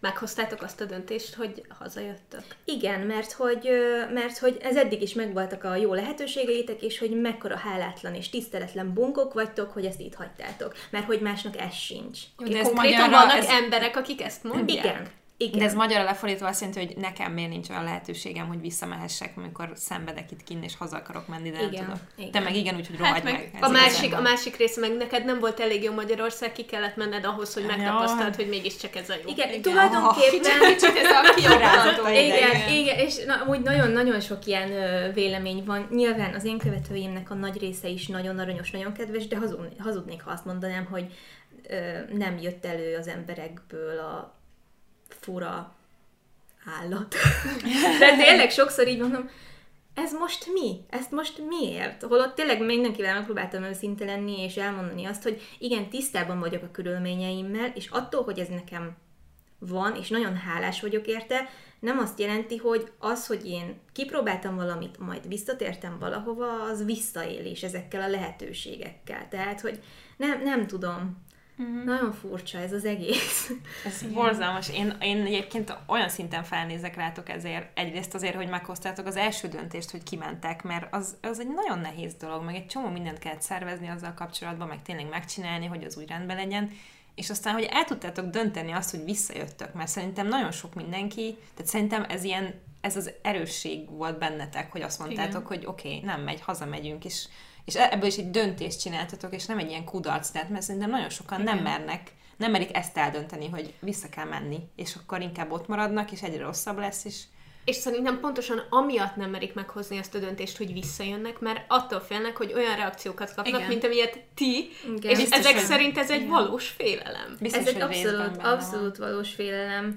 meghoztátok azt a döntést, hogy hazajöttök? Igen, mert hogy ez eddig is megvoltak a jó lehetőségeitek, és hogy mekkora hálátlan és tiszteletlen bunkok vagytok, hogy ezt itt hagytátok. Mert hogy másnak ez sincs. De ez Konkrétan magyarra, vannak emberek, akik ezt mondják? Igen. Igen. De ez magyarra lefordítva azt jelenti, hogy nekem miért nincs olyan lehetőségem, hogy visszamehessek, amikor szenvedek itt kinn, és haza akarok menni, de nem Igen, tudok. igen. Te meg igen, úgyhogy Hát rohagy meg meg. a másik része meg neked nem volt elég jó Magyarország, ki kellett menned ahhoz, hogy megtapasztald, hogy mégiscsak ez a jó. Igen, tulajdonképpen... Kicsit ez a kiobrazató Igen, és amúgy nagyon-nagyon sok ilyen vélemény van. Nyilván az én követőimnek a nagy része is nagyon aranyos, nagyon kedves, de hazudnék, ha azt mondanám, hogy nem jött elő az emberekből a fura állat. De tényleg sokszor így mondom, ez most mi? Ezt most miért? Holott tényleg mindenkivel megpróbáltam őszinte lenni, és elmondani azt, hogy igen, tisztában vagyok a körülményeimmel, és attól, hogy ez nekem van, és nagyon hálás vagyok érte, nem azt jelenti, hogy az, hogy én kipróbáltam valamit, majd visszatértem valahova, az visszaélés ezekkel a lehetőségekkel. Tehát, hogy nem tudom. Nagyon furcsa ez az egész. Ez borzalmas. Én egyébként olyan szinten felnézek rátok ezért. Egyrészt azért, hogy meghoztátok az első döntést, hogy kimentek, mert az egy nagyon nehéz dolog, meg egy csomó mindent kellett szervezni azzal kapcsolatban, meg tényleg megcsinálni, hogy az úgy rendben legyen. És aztán, hogy el tudtátok dönteni azt, hogy visszajöttök, mert szerintem nagyon sok mindenki, tehát szerintem ez az erősség volt bennetek, hogy azt mondtátok, hogy oké, nem megy, hazamegyünk, és ebből is egy döntést csináltatok, és nem egy ilyen kudarc, tehát mert szerintem nagyon sokan nem merik ezt eldönteni, hogy vissza kell menni, és akkor inkább ott maradnak, és egyre rosszabb lesz, És szerintem pontosan amiatt nem merik meghozni ezt a döntést, hogy visszajönnek, mert attól félnek, hogy olyan reakciókat kapnak, Igen. mint amilyet ti, Igen. és Biztos, ezek hogy- szerint ez egy valós félelem. biztos, Ez egy hogy részben benne van. abszolút valós félelem.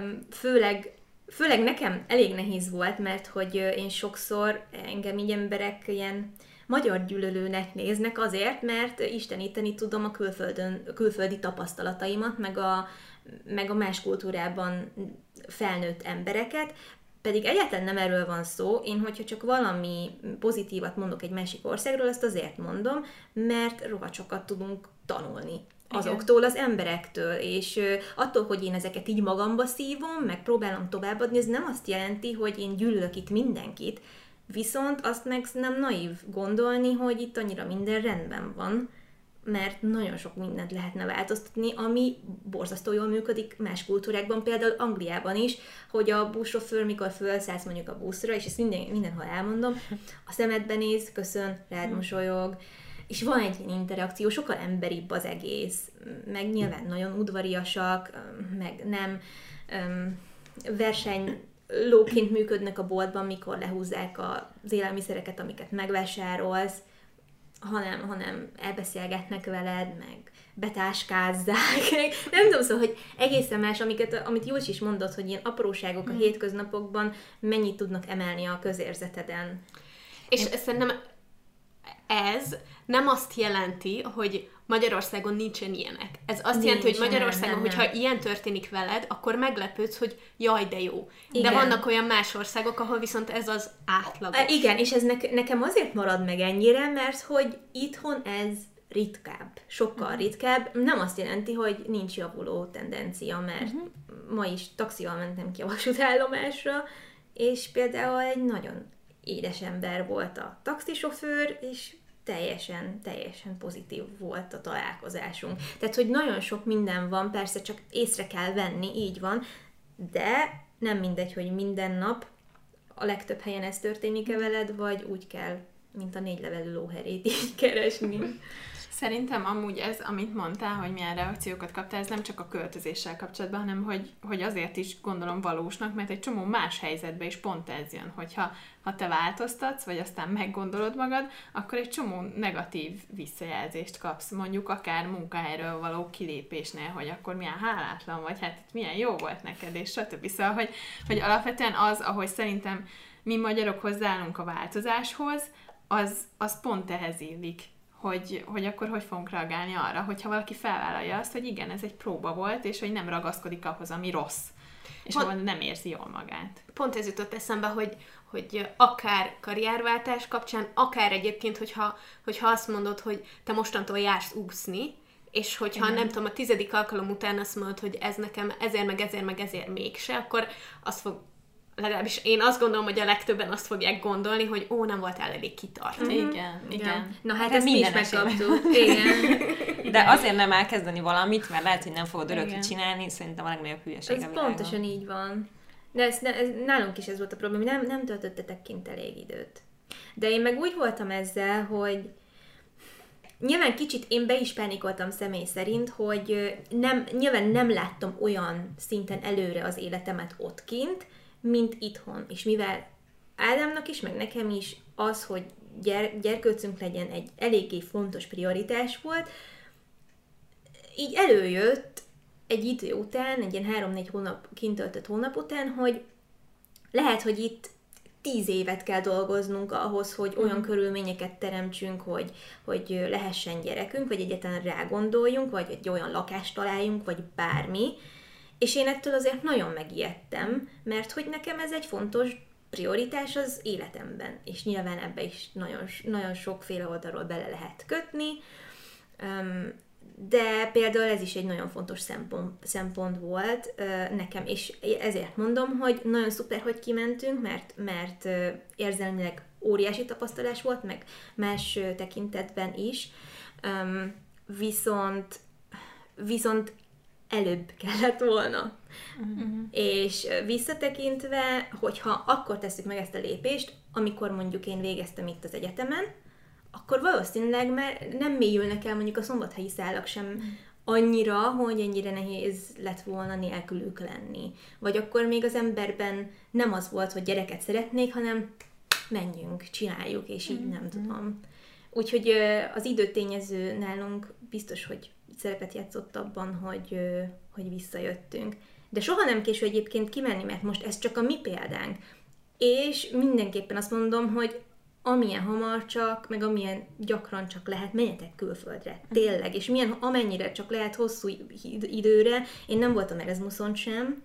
Főleg nekem elég nehéz volt, mert hogy én sokszor engem így emberek ilyen magyar gyűlölőnek néznek azért, mert isteníteni tudom a külföldi tapasztalataimat, meg a más kultúrában felnőtt embereket, pedig egyáltalán nem erről van szó. Én, hogyha csak valami pozitívat mondok egy másik országról, azt azért mondom, mert rohadt sokat tudunk tanulni azoktól az emberektől, és attól, hogy én ezeket így magamba szívom, meg próbálom továbbadni, ez nem azt jelenti, hogy én gyűlölök itt mindenkit, viszont azt meg nem naív gondolni, hogy itt annyira minden rendben van, mert nagyon sok mindent lehetne változtatni, ami borzasztó jól működik más kultúrákban, például Angliában is, hogy a buszsofőr, mikor fölszállsz mondjuk a buszra, és ezt mindenhol elmondom, a szemedbe néz, köszön, rád mosolyog, és van egy ilyen interakció, sokkal emberibb az egész, meg nyilván nagyon udvariasak, meg nem versenylóként működnek a boltban, mikor lehúzzák az élelmiszereket, amiket megvásárolsz, hanem elbeszélgetnek veled, meg betáskázzák. Nem tudom, szóval, hogy egészen más, amit Júls is mondott, hogy ilyen apróságok a hétköznapokban mennyit tudnak emelni a közérzeteden. És szerintem ez nem azt jelenti, hogy Magyarországon nincsen ilyenek. Ez azt jelenti, hogy Magyarországon, hogyha ilyen történik veled, akkor meglepődsz, hogy jaj, de jó. Igen. De vannak olyan más országok, ahol viszont ez az átlag. Igen, és ez nekem azért marad meg ennyire, mert hogy itthon ez ritkább, sokkal ritkább. Nem azt jelenti, hogy nincs javuló tendencia, mert ma is taxival mentem ki a vasútállomásra, és például egy nagyon édes ember volt a taxisofőr, és teljesen pozitív volt a találkozásunk. Tehát, hogy nagyon sok minden van, persze csak észre kell venni, így van, de nem mindegy, hogy minden nap a legtöbb helyen ez történik-e veled, vagy úgy kell, mint a 4 levelű lóherét így keresni. Szerintem amúgy ez, amit mondtál, hogy milyen reakciókat kaptál, ez nem csak a költözéssel kapcsolatban, hanem hogy azért is gondolom valósnak, mert egy csomó más helyzetben is pont ez jön, hogyha te változtatsz, vagy aztán meggondolod magad, akkor egy csomó negatív visszajelzést kapsz, mondjuk akár munkahelyről való kilépésnél, hogy akkor milyen hálátlan vagy, hát milyen jó volt neked, és stb. Szóval, hogy alapvetően az, ahogy szerintem mi magyarok hozzáállunk a változáshoz, az pont ehhez illik. Hogy akkor hogy fogunk reagálni arra, hogyha valaki felvállalja azt, hogy igen, ez egy próba volt, és hogy nem ragaszkodik ahhoz, ami rossz, és ahol nem érzi jól magát. Pont ez jutott eszembe, hogy akár karrierváltás kapcsán, akár egyébként, hogyha azt mondod, hogy te mostantól jársz úszni, és hogyha nem tudom, a 10. alkalom után azt mondod, hogy ez nekem ezért mégse, akkor azt fog, legalábbis én azt gondolom, hogy a legtöbben azt fogják gondolni, hogy nem voltál elég kitartó. Igen. Na hát ezt mi is megkaptuk. Igen. De azért nem elkezdeni valamit, mert lehet, hogy nem fogod örökre csinálni, szerintem a legnagyobb hülyeség a világon. Pontosan így van. De nálunk is ez volt a probléma, nem töltöttetek kint elég időt. De én meg úgy voltam ezzel, hogy nyilván kicsit én be is pánikoltam személy szerint, hogy nyilván nem láttam olyan szinten előre az életemet ott kint, mint itthon. És mivel Ádámnak is, meg nekem is az, hogy gyerkőcünk legyen egy eléggé fontos prioritás volt, így előjött egy idő után, egy ilyen 3-4 hónap kint töltött hónap után, hogy lehet, hogy itt 10 évet kell dolgoznunk ahhoz, hogy olyan körülményeket teremtsünk, hogy lehessen gyerekünk, vagy egyáltalán rágondoljunk, vagy egy olyan lakást találjunk, vagy bármi. És én ettől azért nagyon megijedtem, mert hogy nekem ez egy fontos prioritás az életemben, és nyilván ebbe is nagyon, nagyon sokféle oldalról bele lehet kötni, de például ez is egy nagyon fontos szempont volt nekem, és ezért mondom, hogy nagyon szuper, hogy kimentünk, mert érzelmileg óriási tapasztalás volt, meg más tekintetben is, viszont előbb kellett volna. És visszatekintve, hogyha akkor tesszük meg ezt a lépést, amikor mondjuk én végeztem itt az egyetemen, akkor valószínűleg már nem mélyülnek el mondjuk a szombathelyi szálak sem annyira, hogy ennyire nehéz lett volna nélkülük lenni. Vagy akkor még az emberben nem az volt, hogy gyereket szeretnék, hanem menjünk, csináljuk, és így nem tudom. Úgyhogy az időtényező nálunk biztos, hogy szerepet játszott abban, hogy visszajöttünk. De soha nem késő egyébként kimenni, mert most ez csak a mi példánk. És mindenképpen azt mondom, hogy amilyen hamar csak, meg amilyen gyakran csak lehet, menjetek külföldre. Tényleg. És amennyire csak lehet hosszú időre. Én nem voltam Erasmuson sem,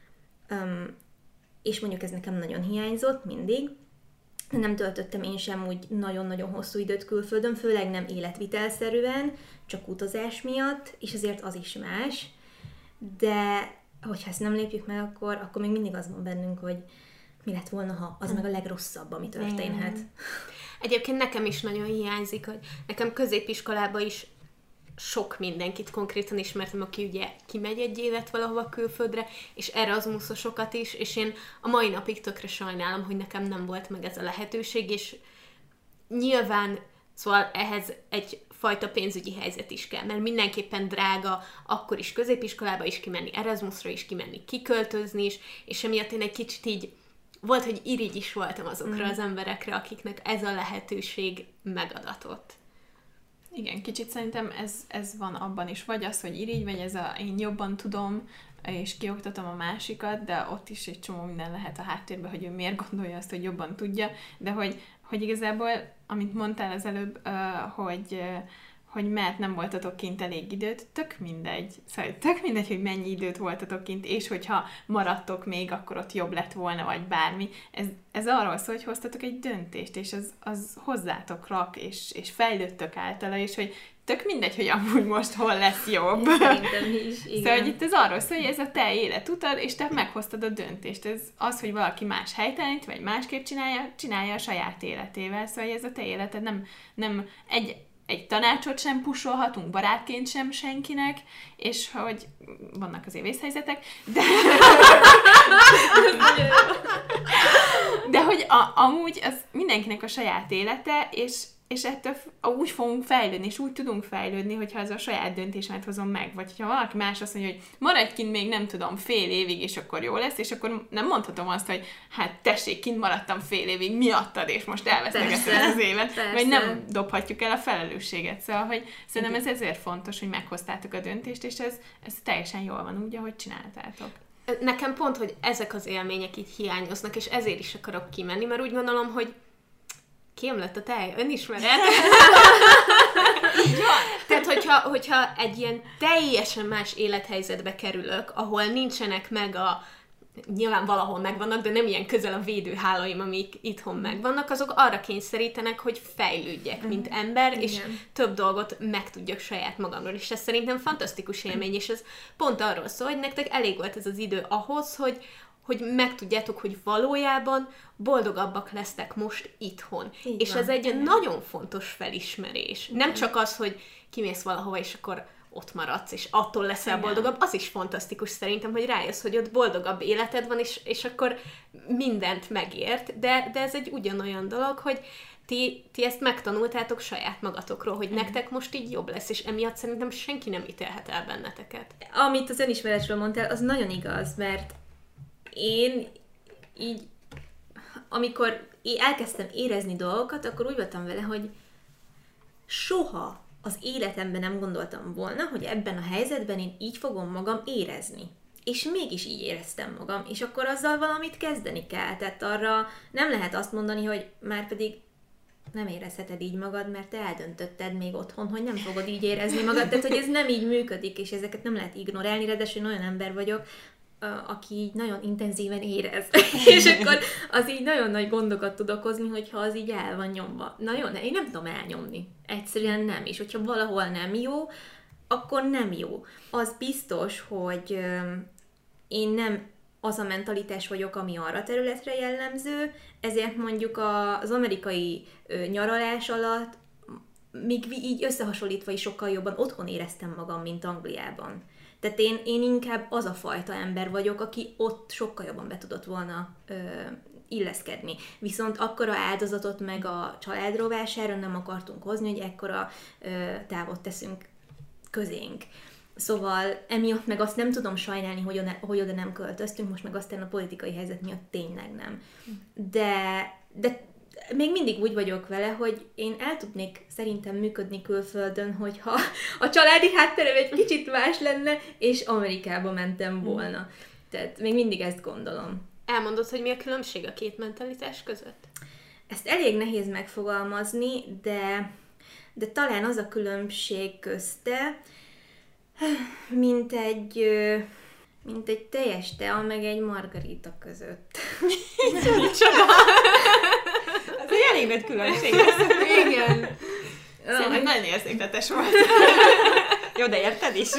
és mondjuk ez nekem nagyon hiányzott mindig. Nem töltöttem én sem úgy nagyon-nagyon hosszú időt külföldön, főleg nem életvitelszerűen, csak utazás miatt, és azért az is más. De hogyha ezt nem lépjük meg, akkor még mindig az van bennünk, hogy mi lett volna, ha az meg a legrosszabb, ami történhet. Egyébként nekem is nagyon hiányzik, hogy nekem középiskolában is sok mindenkit konkrétan ismertem, aki ugye kimegy egy évet valahova külföldre, és Erasmusosokat is, és én a mai napig tökre sajnálom, hogy nekem nem volt meg ez a lehetőség, és nyilván szóval ehhez egyfajta pénzügyi helyzet is kell, mert mindenképpen drága akkor is középiskolába is kimenni, Erasmusra is kimenni, kiköltözni is, és emiatt én egy kicsit így volt, hogy irigy is voltam azokra az emberekre, akiknek ez a lehetőség megadatott. Igen, kicsit szerintem ez van abban is, vagy az, hogy irigy, vagy ez én jobban tudom, és kioktatom a másikat, de ott is egy csomó minden lehet a háttérben, hogy ő miért gondolja azt, hogy jobban tudja, de hogy igazából, amit mondtál az előbb, hogy mert nem voltatok kint elég időt, tök mindegy. Szóval tök mindegy, hogy mennyi időt voltatok kint, és hogyha maradtok még, akkor ott jobb lett volna, vagy bármi. Ez arról szól, hogy hoztatok egy döntést, és az hozzátok rak, és fejlődtök általa, és hogy tök mindegy, hogy amúgy most hol lesz jobb. Szerintem is, igen. Szóval, hogy itt ez arról szól, hogy ez a te életutad, és te meghoztad a döntést. Ez az, hogy valaki más helytelenít, vagy másképp csinálja a saját életével. Szóval, hogy ez a te életed, nem egy tanácsot sem pusolhatunk, barátként sem senkinek, és hogy vannak azért vészhelyzetek, de hogy amúgy az mindenkinek a saját élete, és ettől úgy fogunk fejlődni, és úgy tudunk fejlődni, hogyha az a saját döntésemet hozom meg. Vagy hogyha valaki más azt mondja, hogy maradj kint még nem tudom fél évig, és akkor jó lesz, és akkor nem mondhatom azt, hogy hát tessék, kint maradtam fél évig miattad, és most elvesztegettem az évet. Persze. Vagy nem dobhatjuk el a felelősséget. Szóval, hogy szerintem ez ezért fontos, hogy meghoztátok a döntést, és ez teljesen jól van úgy, ahogy csináltátok. Nekem pont, hogy ezek az élmények így hiányoznak, és ezért is akarok kimenni, mert úgy gondolom, hogy kiömlött a tej, önismeret. Így van. Tehát, hogyha egy ilyen teljesen más élethelyzetbe kerülök, ahol nincsenek meg nyilván valahol megvannak, de nem ilyen közel a védőhálóim, amik itthon megvannak, azok arra kényszerítenek, hogy fejlődjek, mint ember, és több dolgot megtudjak saját magamról. És ez szerintem fantasztikus élmény, és ez pont arról szól, hogy nektek elég volt ez az idő ahhoz, hogy megtudjátok, hogy valójában boldogabbak lesztek most itthon. Így és van. Ez egy nagyon fontos felismerés. Nem csak az, hogy kimész valahova, és akkor ott maradsz, és attól leszel boldogabb, az is fantasztikus szerintem, hogy rájössz, hogy ott boldogabb életed van, és akkor mindent megért, de ez egy ugyanolyan dolog, hogy ti ezt megtanultátok saját magatokról, hogy nektek most így jobb lesz, és emiatt szerintem senki nem ítélhet el benneteket. Amit az önismeretről mondtál, az nagyon igaz, mert én így, amikor én elkezdtem érezni dolgokat, akkor úgy voltam vele, hogy soha az életemben nem gondoltam volna, hogy ebben a helyzetben én így fogom magam érezni. És mégis így éreztem magam, és akkor azzal valamit kezdeni kell. Tehát arra nem lehet azt mondani, hogy már pedig nem érezheted így magad, mert te eldöntötted még otthon, hogy nem fogod így érezni magad. Tehát, hogy ez nem így működik, és ezeket nem lehet ignorálni, ráadásul olyan ember vagyok, aki így nagyon intenzíven érez. És akkor az így nagyon nagy gondokat tud okozni, hogyha az így el van nyomva. Na jó, én nem tudom elnyomni. Egyszerűen nem. És hogyha valahol nem jó, akkor nem jó. Az biztos, hogy én nem az a mentalitás vagyok, ami arra területre jellemző, ezért mondjuk az amerikai nyaralás alatt még így összehasonlítva is sokkal jobban otthon éreztem magam, mint Angliában. Tehát én inkább az a fajta ember vagyok, aki ott sokkal jobban be tudott volna illeszkedni. Viszont akkora áldozatot meg a család rovására nem akartunk hozni, hogy ekkora távot teszünk közénk. Szóval emiatt meg azt nem tudom sajnálni, hogy oda nem költöztünk, most meg aztán a politikai helyzet miatt tényleg nem. De még mindig úgy vagyok vele, hogy én el tudnék szerintem működni külföldön, hogyha a családi hátterem egy kicsit más lenne, és Amerikába mentem volna. Tehát még mindig ezt gondolom. Elmondod, hogy mi a különbség a két mentalitás között? Ezt elég nehéz megfogalmazni, de talán az a különbség közte, mint egy teljes tea, meg egy margarita között. Ez egy elég nagy különbség. Igen. Szerintem nagyon érzékletes volt. Jó, de érted is?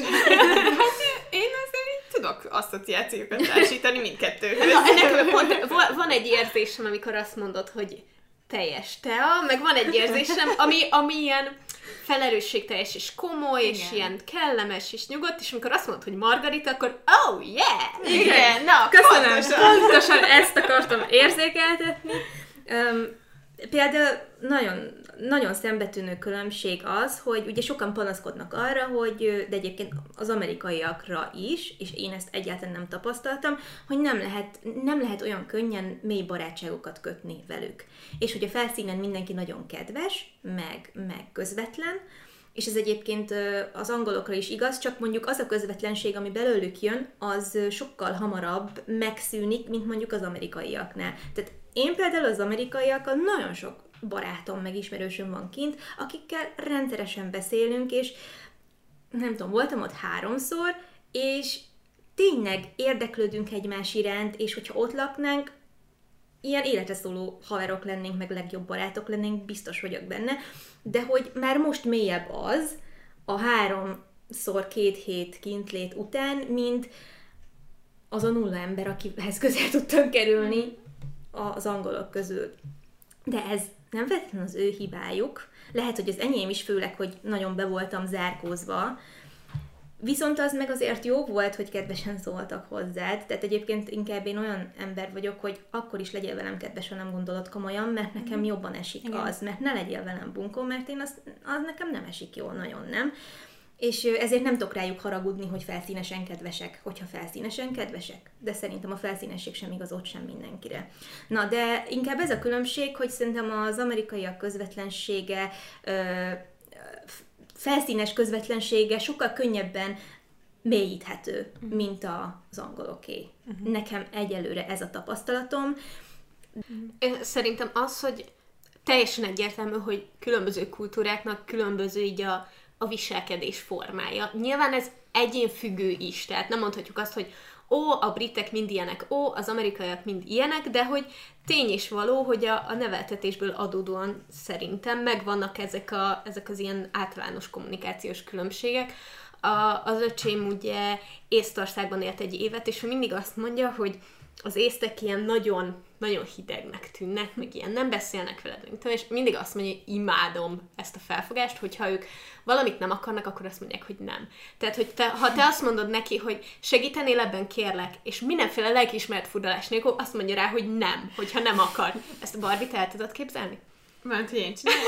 Én azért tudok asszociációkat társítani mindkettőhöz. Na, ennek pont van egy érzésem, amikor azt mondod, hogy teljes tea, meg van egy érzésem, ami ilyen felerősségteljes és komoly, igen, és ilyen kellemes és nyugodt, és amikor azt mondod, hogy margarita, akkor oh yeah! Igen, na, köszönöm, pontosan ezt akartam érzékeltetni. Például nagyon, nagyon szembetűnő különbség az, hogy ugye sokan panaszkodnak arra, hogy, de egyébként az amerikaiakra is, és én ezt egyáltalán nem tapasztaltam, hogy nem lehet olyan könnyen mély barátságokat kötni velük. És hogy a felszínen mindenki nagyon kedves, meg közvetlen, és ez egyébként az angolokra is igaz, csak mondjuk az a közvetlenség, ami belőlük jön, az sokkal hamarabb megszűnik, mint mondjuk az amerikaiaknál. Tehát én például az amerikaiakkal nagyon sok barátom, meg ismerősöm van kint, akikkel rendszeresen beszélünk, és nem tudom, voltam ott 3-szor, és tényleg érdeklődünk egymás iránt, és hogyha ott laknánk, ilyen életre szóló haverok lennénk, meg legjobb barátok lennénk, biztos vagyok benne, de hogy már most mélyebb az a 3x2 hét kintlét után, mint az a 0 ember, akihez közel tudtam kerülni az angolok közül. De ez nem feltétlenül az ő hibájuk. Lehet, hogy az enyém is, főleg, hogy nagyon be voltam zárkózva. Viszont az meg azért jó volt, hogy kedvesen szóltak hozzád. Tehát egyébként inkább én olyan ember vagyok, hogy akkor is legyél velem kedves, ha nem gondolod komolyan, mert nekem jobban esik. Igen. Az. Mert ne legyél velem bunkó, mert az nekem nem esik jól, nagyon nem. És ezért nem tudok rájuk haragudni, hogy felszínesen kedvesek, hogyha felszínesen kedvesek. De szerintem a felszínesség sem igaz ott sem mindenkire. Na, de inkább ez a különbség, hogy szerintem az amerikaiak közvetlensége, felszínes közvetlensége sokkal könnyebben mélyíthető, mint az angoloké. Nekem egyelőre ez a tapasztalatom. Szerintem az, hogy teljesen egyértelmű, hogy különböző kultúráknak különböző így a viselkedés formája. Nyilván ez egyénfüggő is, tehát nem mondhatjuk azt, hogy a britek mind ilyenek, az amerikaiak mind ilyenek, de hogy tény és való, hogy a neveltetésből adódóan szerintem megvannak ezek az ilyen általános kommunikációs különbségek. Az öcsém ugye Észtországban élt egy évet, és ő mindig azt mondja, hogy az észtek ilyen nagyon, nagyon hidegnek tűnnek, meg ilyen nem beszélnek veled, és mindig azt mondja, hogy imádom ezt a felfogást, hogyha ők valamit nem akarnak, akkor azt mondják, hogy nem. Tehát, hogy ha te azt mondod neki, hogy segítenél ebben, kérlek, és mindenféle lelkiismeret furdalás nélkül azt mondja rá, hogy nem, hogyha nem akar. Ezt a Barbie te el tudod képzelni? Mert hogy én csinálom.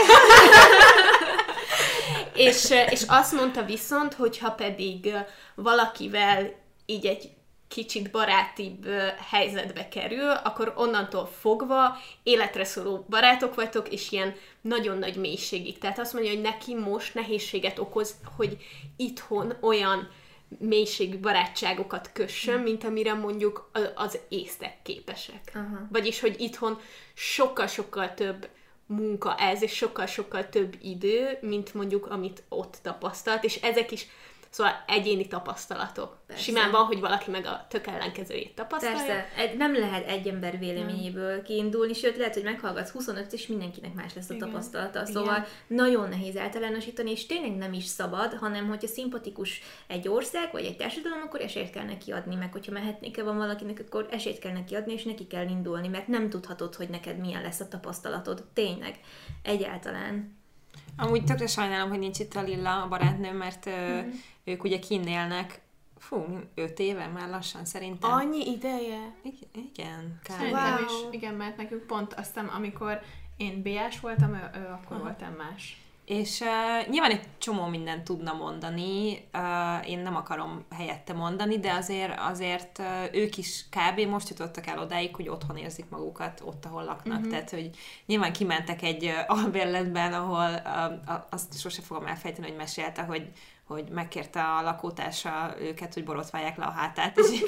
És azt mondta viszont, hogyha pedig valakivel így egy kicsit barátibb helyzetbe kerül, akkor onnantól fogva életre szóló barátok vagytok, és ilyen nagyon nagy mélységig. Tehát azt mondja, hogy neki most nehézséget okoz, hogy itthon olyan mélységű barátságokat kössön, mint amire mondjuk az észtek képesek. Aha. Vagyis, hogy itthon sokkal-sokkal több munka ez, és sokkal-sokkal több idő, mint mondjuk amit ott tapasztalt, és ezek is szóval egyéni tapasztalatok. Persze. Simán van, hogy valaki meg a tök ellenkezőjét tapasztalja. Persze, nem lehet egy ember véleményéből kiindulni, sőt lehet, hogy meghallgatsz 25 és mindenkinek más lesz a tapasztalata. Szóval igen. Nagyon nehéz általánosítani, és tényleg nem is szabad, hanem hogyha szimpatikus egy ország, vagy egy társadalom, akkor esélyt kell neki adni, meg hogyha mehetnék-e van valakinek, akkor esélyt kell neki adni, és neki kell indulni, mert nem tudhatod, hogy neked milyen lesz a tapasztalatod. Tényleg. Egyáltalán. Amúgy tökre sajnálom, hogy nincs itt a Lilla, a barátnőm, mert ők ugye kinn élnek, 5 éve már lassan szerintem. Annyi ideje? Igen. Szerintem is, igen, mert nekünk pont azt hiszem, amikor én BA-s voltam, ő akkor voltam más. És nyilván egy csomó mindent tudna mondani, én nem akarom helyette mondani, de azért ők is kb. Most jutottak el odáig, hogy otthon érzik magukat, ott, ahol laknak. Tehát, hogy nyilván kimentek egy albérletben, ahol azt sose fogom elfejteni, hogy mesélte, hogy megkérte a lakótársa őket, hogy borotválják le a hátát, és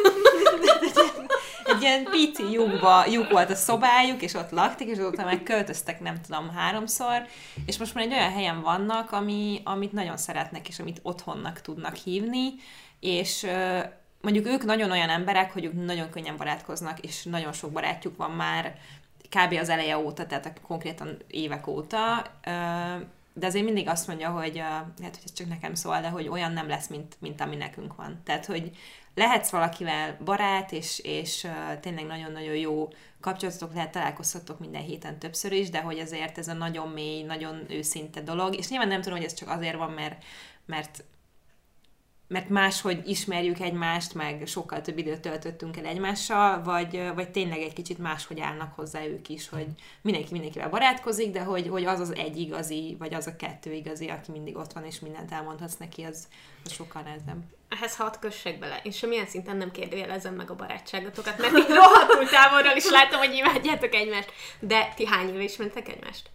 egy ilyen pici lyuk volt a szobájuk, és ott laktak, és azóta meg költöztek, nem tudom, 3-szor, és most már egy olyan helyen vannak, amit nagyon szeretnek, és amit otthonnak tudnak hívni, és mondjuk ők nagyon olyan emberek, hogy ők nagyon könnyen barátkoznak, és nagyon sok barátjuk van már kb. Az eleje óta, tehát konkrétan évek óta, de azért mindig azt mondja, hogy hát, hogy ez csak nekem szól, de hogy olyan nem lesz, mint ami nekünk van. Tehát, hogy lehetsz valakivel barát, és tényleg nagyon-nagyon jó kapcsolatotok, lehet találkozhatok minden héten többször is, de hogy azért ez a nagyon mély, nagyon őszinte dolog, és nyilván nem tudom, hogy ez csak azért van, mert máshogy ismerjük egymást, meg sokkal több időt töltöttünk el egymással, vagy tényleg egy kicsit máshogy állnak hozzá ők is, hogy mindenkivel barátkozik, de hogy az egy igazi, vagy az a 2 igazi, aki mindig ott van, és mindent elmondhatsz neki, az sokkal nehezebb. Ehhez hadd kössek bele. Én semmilyen szinten nem kérdőjelezem meg a barátságotokat, mert így rohadtul távolról is látom, hogy imádjátok egymást. De ti hány éve ismertek egymást?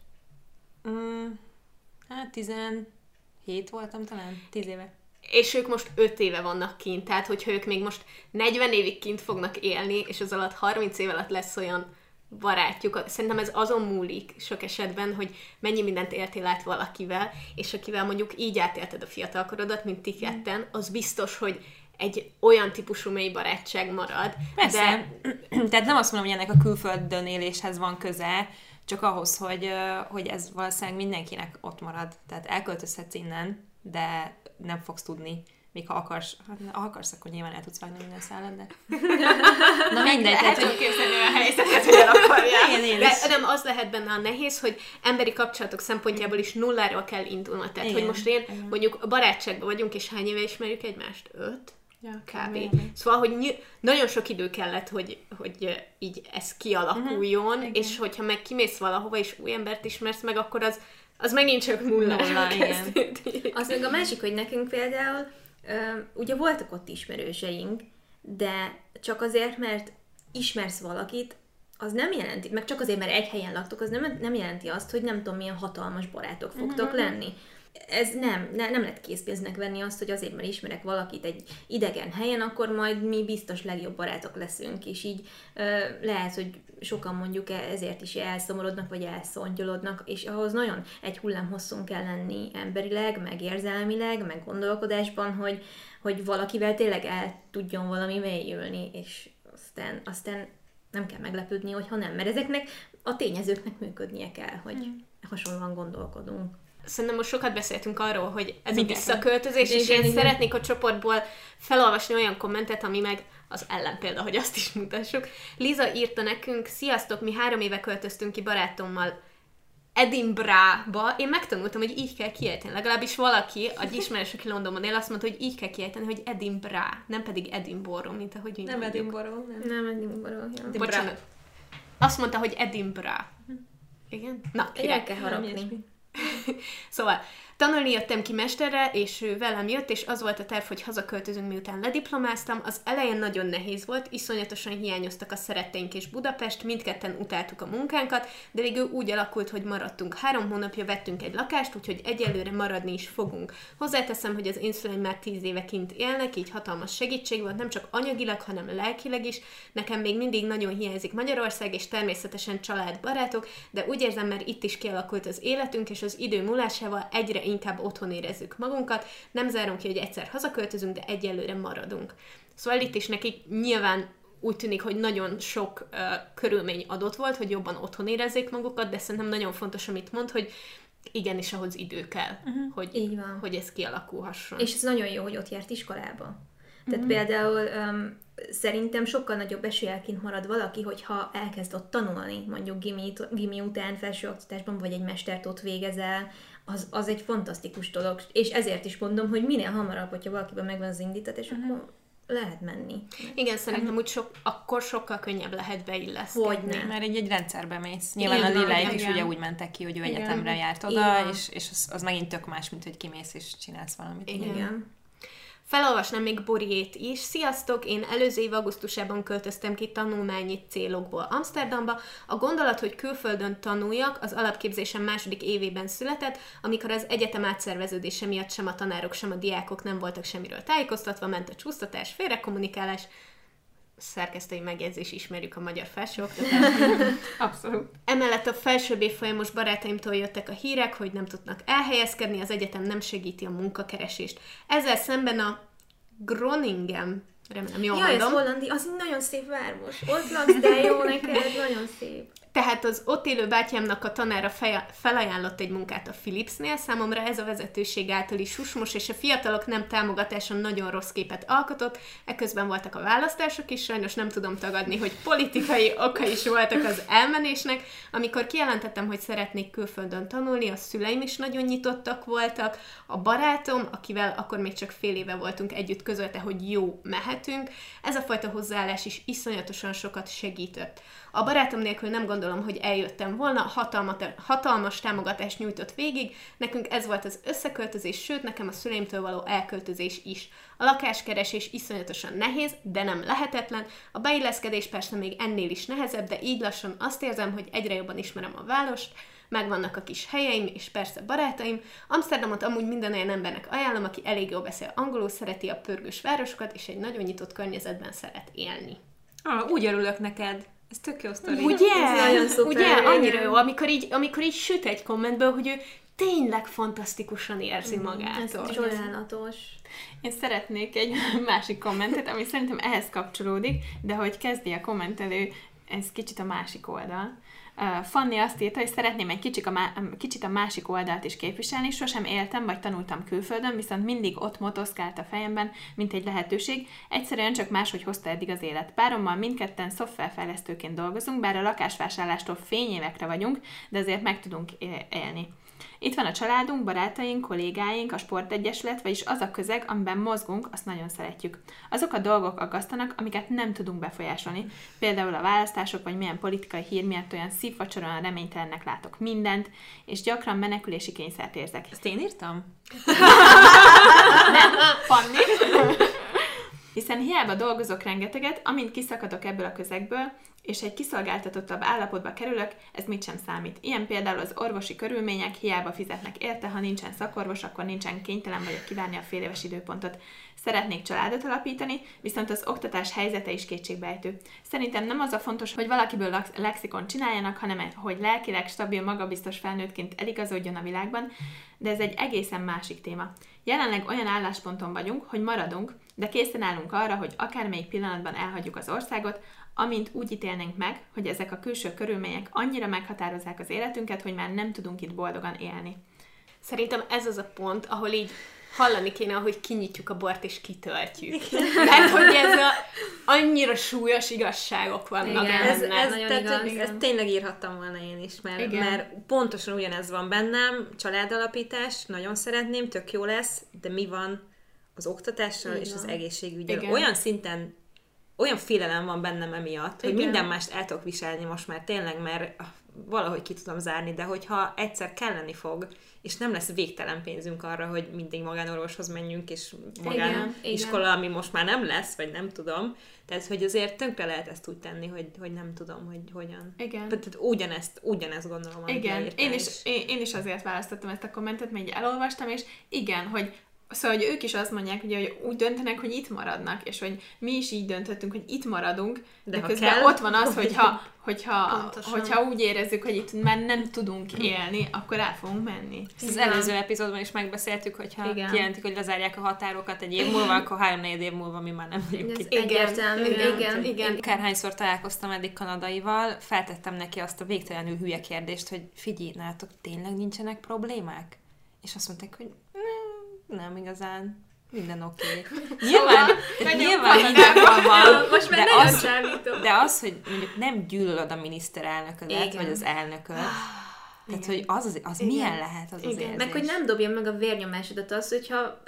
Hát 17 voltam talán, 10 éve. És ők most 5 éve vannak kint, tehát hogyha ők még most 40 évig kint fognak élni, és az alatt 30 év alatt lesz olyan barátjuk, szerintem ez azon múlik sok esetben, hogy mennyi mindent éltél át valakivel, és akivel mondjuk így átélted a fiatalkorodat, mint ti ketten, az biztos, hogy egy olyan típusú mély barátság marad. Persze. De... Tehát nem azt mondom, hogy ennek a külföldön éléshez van köze, csak ahhoz, hogy ez valószínűleg mindenkinek ott marad. Tehát elköltözhetsz innen, de nem fogsz tudni, még ha akarsz, akkor nyilván el tudsz vágni minden szállat, de... Na mindegy. El tudom képzelni a helyzetet, hogy el akarják. De nem, az lehet benne a nehéz, hogy emberi kapcsolatok szempontjából is nulláról kell indulni. Tehát, hogy most mondjuk barátságban vagyunk, és hány éve ismerjük egymást? 5? Ja, kb. Szóval, hogy nagyon sok idő kellett, hogy így ez kialakuljon, és hogyha meg kimész valahova, és új embert ismersz meg, akkor az megint csak nulla. Az meg a másik, hogy nekünk például ugye voltak ott ismerőseink, de csak azért, mert ismersz valakit, az nem jelenti, meg csak azért, mert egy helyen laktok, az nem jelenti azt, hogy nem tudom, milyen hatalmas barátok fogtok lenni. ez nem lehet készpénznek venni azt, hogy azért, mert ismerek valakit egy idegen helyen, akkor majd mi biztos legjobb barátok leszünk, és így lehet, hogy sokan mondjuk ezért is elszomorodnak, vagy elszontyolodnak, és ahhoz nagyon egy hullámhosszún kell lenni emberileg, meg érzelmileg, meg gondolkodásban, hogy valakivel tényleg el tudjon valami mélyülni, és aztán nem kell meglepődni, hogyha nem, mert ezeknek a tényezőknek működnie kell, hogy hasonlóan gondolkodunk. Szerintem most sokat beszéltünk arról, hogy ez a visszaköltözés, és én szeretnék a csoportból felolvasni olyan kommentet, ami meg az ellenpélda, hogy azt is mutassuk. Liza írta nekünk, sziasztok, mi 3 éve költöztünk ki barátommal Edinburghba. Én megtanultam, hogy így kell kiejteni. Legalábbis valaki, egy ismerős, aki Londonban él, azt mondta, hogy így kell kiejteni, hogy Edinburgh, nem pedig Edinburgh, mint ahogy mi nem Edinburgh, nem Edinburgh. Ja. Bocsánat. Azt mondta, hogy Edinburgh. Igen? Na, el kell harapni. Szóval tanulni jöttem ki mesterre, és ő velem jött, és az volt a terv, hogy hazaköltözünk, miután lediplomáztam. Az elején nagyon nehéz volt, iszonyatosan hiányoztak a szeretteink és Budapest, mindketten utáltuk a munkánkat, de végül úgy alakult, hogy maradtunk. 3 hónapja vettünk egy lakást, úgyhogy egyelőre maradni is fogunk. Hozzáteszem, hogy az én szüleim már 10 éve kint élnek, így hatalmas segítség volt, nem csak anyagilag, hanem lelkileg is. Nekem még mindig nagyon hiányzik Magyarország, és természetesen családbarátok, de úgy érzem, mert itt is kialakult az életünk, és az idő múlásával egyre inkább otthon érezzük magunkat. Nem zárom ki, hogy egyszer hazaköltözünk, de egyelőre maradunk. Szóval itt is nekik nyilván úgy tűnik, hogy nagyon sok körülmény adott volt, hogy jobban otthon érezzék magukat, de szerintem nagyon fontos, amit mond, hogy igenis ahhoz idő kell, hogy ez kialakulhasson. És ez nagyon jó, hogy ott járt iskolába. Tehát például szerintem sokkal nagyobb eséllyel kint marad valaki, hogyha elkezd ott tanulni, mondjuk gimi után felsőoktatásban, vagy egy mestert ott végezel, az egy fantasztikus dolog. És ezért is mondom, hogy minél hamarabb, hogyha valakiben megvan az indítatás, akkor lehet menni. Igen, szerintem úgy akkor sokkal könnyebb lehet beilleszkedni. Mert egy rendszerbe mész. Nyilván a Liláik is ugye úgy mentek ki, hogy ő egyetemre járt oda, és az megint tök más, mint hogy kimész és csinálsz valamit. Igen. Felolvasnám még Boriét is. Sziasztok! Én előző év augusztusában költöztem ki tanulmányi célokból Amsterdamba. A gondolat, hogy külföldön tanuljak, az alapképzésem 2. évében született, amikor az egyetem átszerveződése miatt sem a tanárok, sem a diákok nem voltak semmiről tájékoztatva, ment a csúsztatás, félrekommunikálás, szerkesztői megjegyzés, ismerjük a magyar felsőoktatást. Abszolút. Emellett a felsőbb évfolyamos barátaimtól jöttek a hírek, hogy nem tudnak elhelyezkedni, az egyetem nem segíti a munkakeresést. Ezzel szemben a Groningen, remélem jól mondom. Ez hollandi, az nagyon szép város. Ott laksz, de jó neked, nagyon szép. Tehát az ott élő bátyámnak a tanára felajánlott egy munkát a Philipsnél, számomra ez a vezetőség által is susmos, és a fiatalok nem támogatása nagyon rossz képet alkotott, eközben voltak a választások is, sajnos nem tudom tagadni, hogy politikai oka is voltak az elmenésnek. Amikor kijelentettem, hogy szeretnék külföldön tanulni, a szüleim is nagyon nyitottak voltak, a barátom, akivel akkor még csak fél éve voltunk együtt, közölte, hogy jó, mehetünk. Ez a fajta hozzáállás is iszonyatosan sokat segített. A barátom nélkül nem gondolom, hogy eljöttem volna, hatalmas támogatást nyújtott végig, nekünk ez volt az összeköltözés, sőt, nekem a szüleimtől való elköltözés is. A lakáskeresés iszonyatosan nehéz, de nem lehetetlen, a beilleszkedés persze még ennél is nehezebb, de így lassan azt érzem, hogy egyre jobban ismerem a várost, megvannak a kis helyeim, és persze barátaim. Amsterdamot amúgy minden olyan embernek ajánlom, aki elég jól beszél angolul, szereti a pörgős városokat, és egy nagyon nyitott környezetben szeret élni. Úgy örülök neked. Ez tök jó sztori. Ugye? Ez nagyon szuper. Ugye? Annyira jó, amikor így süt egy kommentből, hogy ő tényleg fantasztikusan érzi magát. Ez csodálatos. Én szeretnék egy másik kommentet, ami szerintem ehhez kapcsolódik, de hogy kezdi a kommentelő, ez kicsit a másik oldal. Fanni azt írta, hogy szeretném egy kicsit a másik oldalt is képviselni, sosem éltem vagy tanultam külföldön, viszont mindig ott motoszkált a fejemben, mint egy lehetőség, egyszerűen csak máshogy hozta eddig az élet. Párommal mindketten szoftverfejlesztőként dolgozunk, bár a lakásvásárlástól fényévekre vagyunk, de azért meg tudunk élni. Itt van a családunk, barátaink, kollégáink, a sportegyesület, vagyis az a közeg, amiben mozgunk, azt nagyon szeretjük. Azok a dolgok aggasztanak, amiket nem tudunk befolyásolni. Például a választások, vagy milyen politikai hír miatt olyan szívvacsoron reménytelennek látok mindent, és gyakran menekülési kényszert érzek. Ezt én írtam? Nem, Fanni. Hiszen hiába dolgozok rengeteget, amint kiszakadok ebből a közegből, és egy kiszolgáltatottabb állapotba kerülök, ez mit sem számít. Ilyen például az orvosi körülmények, hiába fizetnek érte, ha nincsen szakorvos, akkor nincsen, kénytelen vagyok kivárni a fél éves időpontot. Szeretnék családot alapítani, viszont az oktatás helyzete is kétségbeejtő. Szerintem nem az a fontos, hogy valakiből lexikon csináljanak, hanem hogy lelkileg stabil, magabiztos felnőttként eligazodjon a világban, de ez egy egészen másik téma. Jelenleg olyan állásponton vagyunk, hogy maradunk, de készen állunk arra, hogy akármelyik pillanatban elhagyjuk az országot, amint úgy ítélnénk meg, hogy ezek a külső körülmények annyira meghatározzák az életünket, hogy már nem tudunk itt boldogan élni. Szerintem ez az a pont, ahol így hallani kéne, hogy kinyitjuk a bort és kitöltjük. Mert hogy annyira súlyos igazságok vannak benne. Ezt tényleg írhattam volna én is, mert pontosan ugyanez van bennem, családalapítás, nagyon szeretném, tök jó lesz, de mi van az oktatással és az egészségügyel? Olyan szinten, olyan félelem van bennem emiatt, hogy minden mást el tudok viselni most már tényleg, mert valahogy ki tudom zárni, de hogyha egyszer kelleni fog, és nem lesz végtelen pénzünk arra, hogy mindig magánorvoshoz menjünk, és magániskola, ami most már nem lesz, vagy nem tudom. Tehát, hogy azért tönkre lehet ezt úgy tenni, hogy nem tudom, hogy hogyan. Igen. Tehát ugyanezt gondolom. Igen, én is azért választottam ezt a kommentet, mert így elolvastam, és igen, hogy szóval, hogy ők is azt mondják, ugye, hogy úgy döntenek, hogy itt maradnak, és hogy mi is így döntöttünk, hogy itt maradunk, de közben kell, ott van az, hogyha úgy érezzük, hogy itt már nem tudunk élni, akkor el fogunk menni. Az előző epizódban is megbeszéltük, hogyha kijelentik, hogy lezárják a határokat egy év múlva, akkor 3-4 év múlva mi már nem vagyunk itt. Igen. Akárhányszor találkoztam eddig kanadaival, feltettem neki azt a végtelenül hülye kérdést, hogy figyelj, nálatok tényleg nincsenek problémák? És azt mondták, hogy nem igazán, minden oké. Nyilván mindenhol van, most már de az, hogy mondjuk nem gyűlölöd a miniszterelnöködet, vagy az elnököt, tehát, hogy az milyen lehet az érzés. Meg, hogy nem dobja meg a vérnyomásodat az, hogyha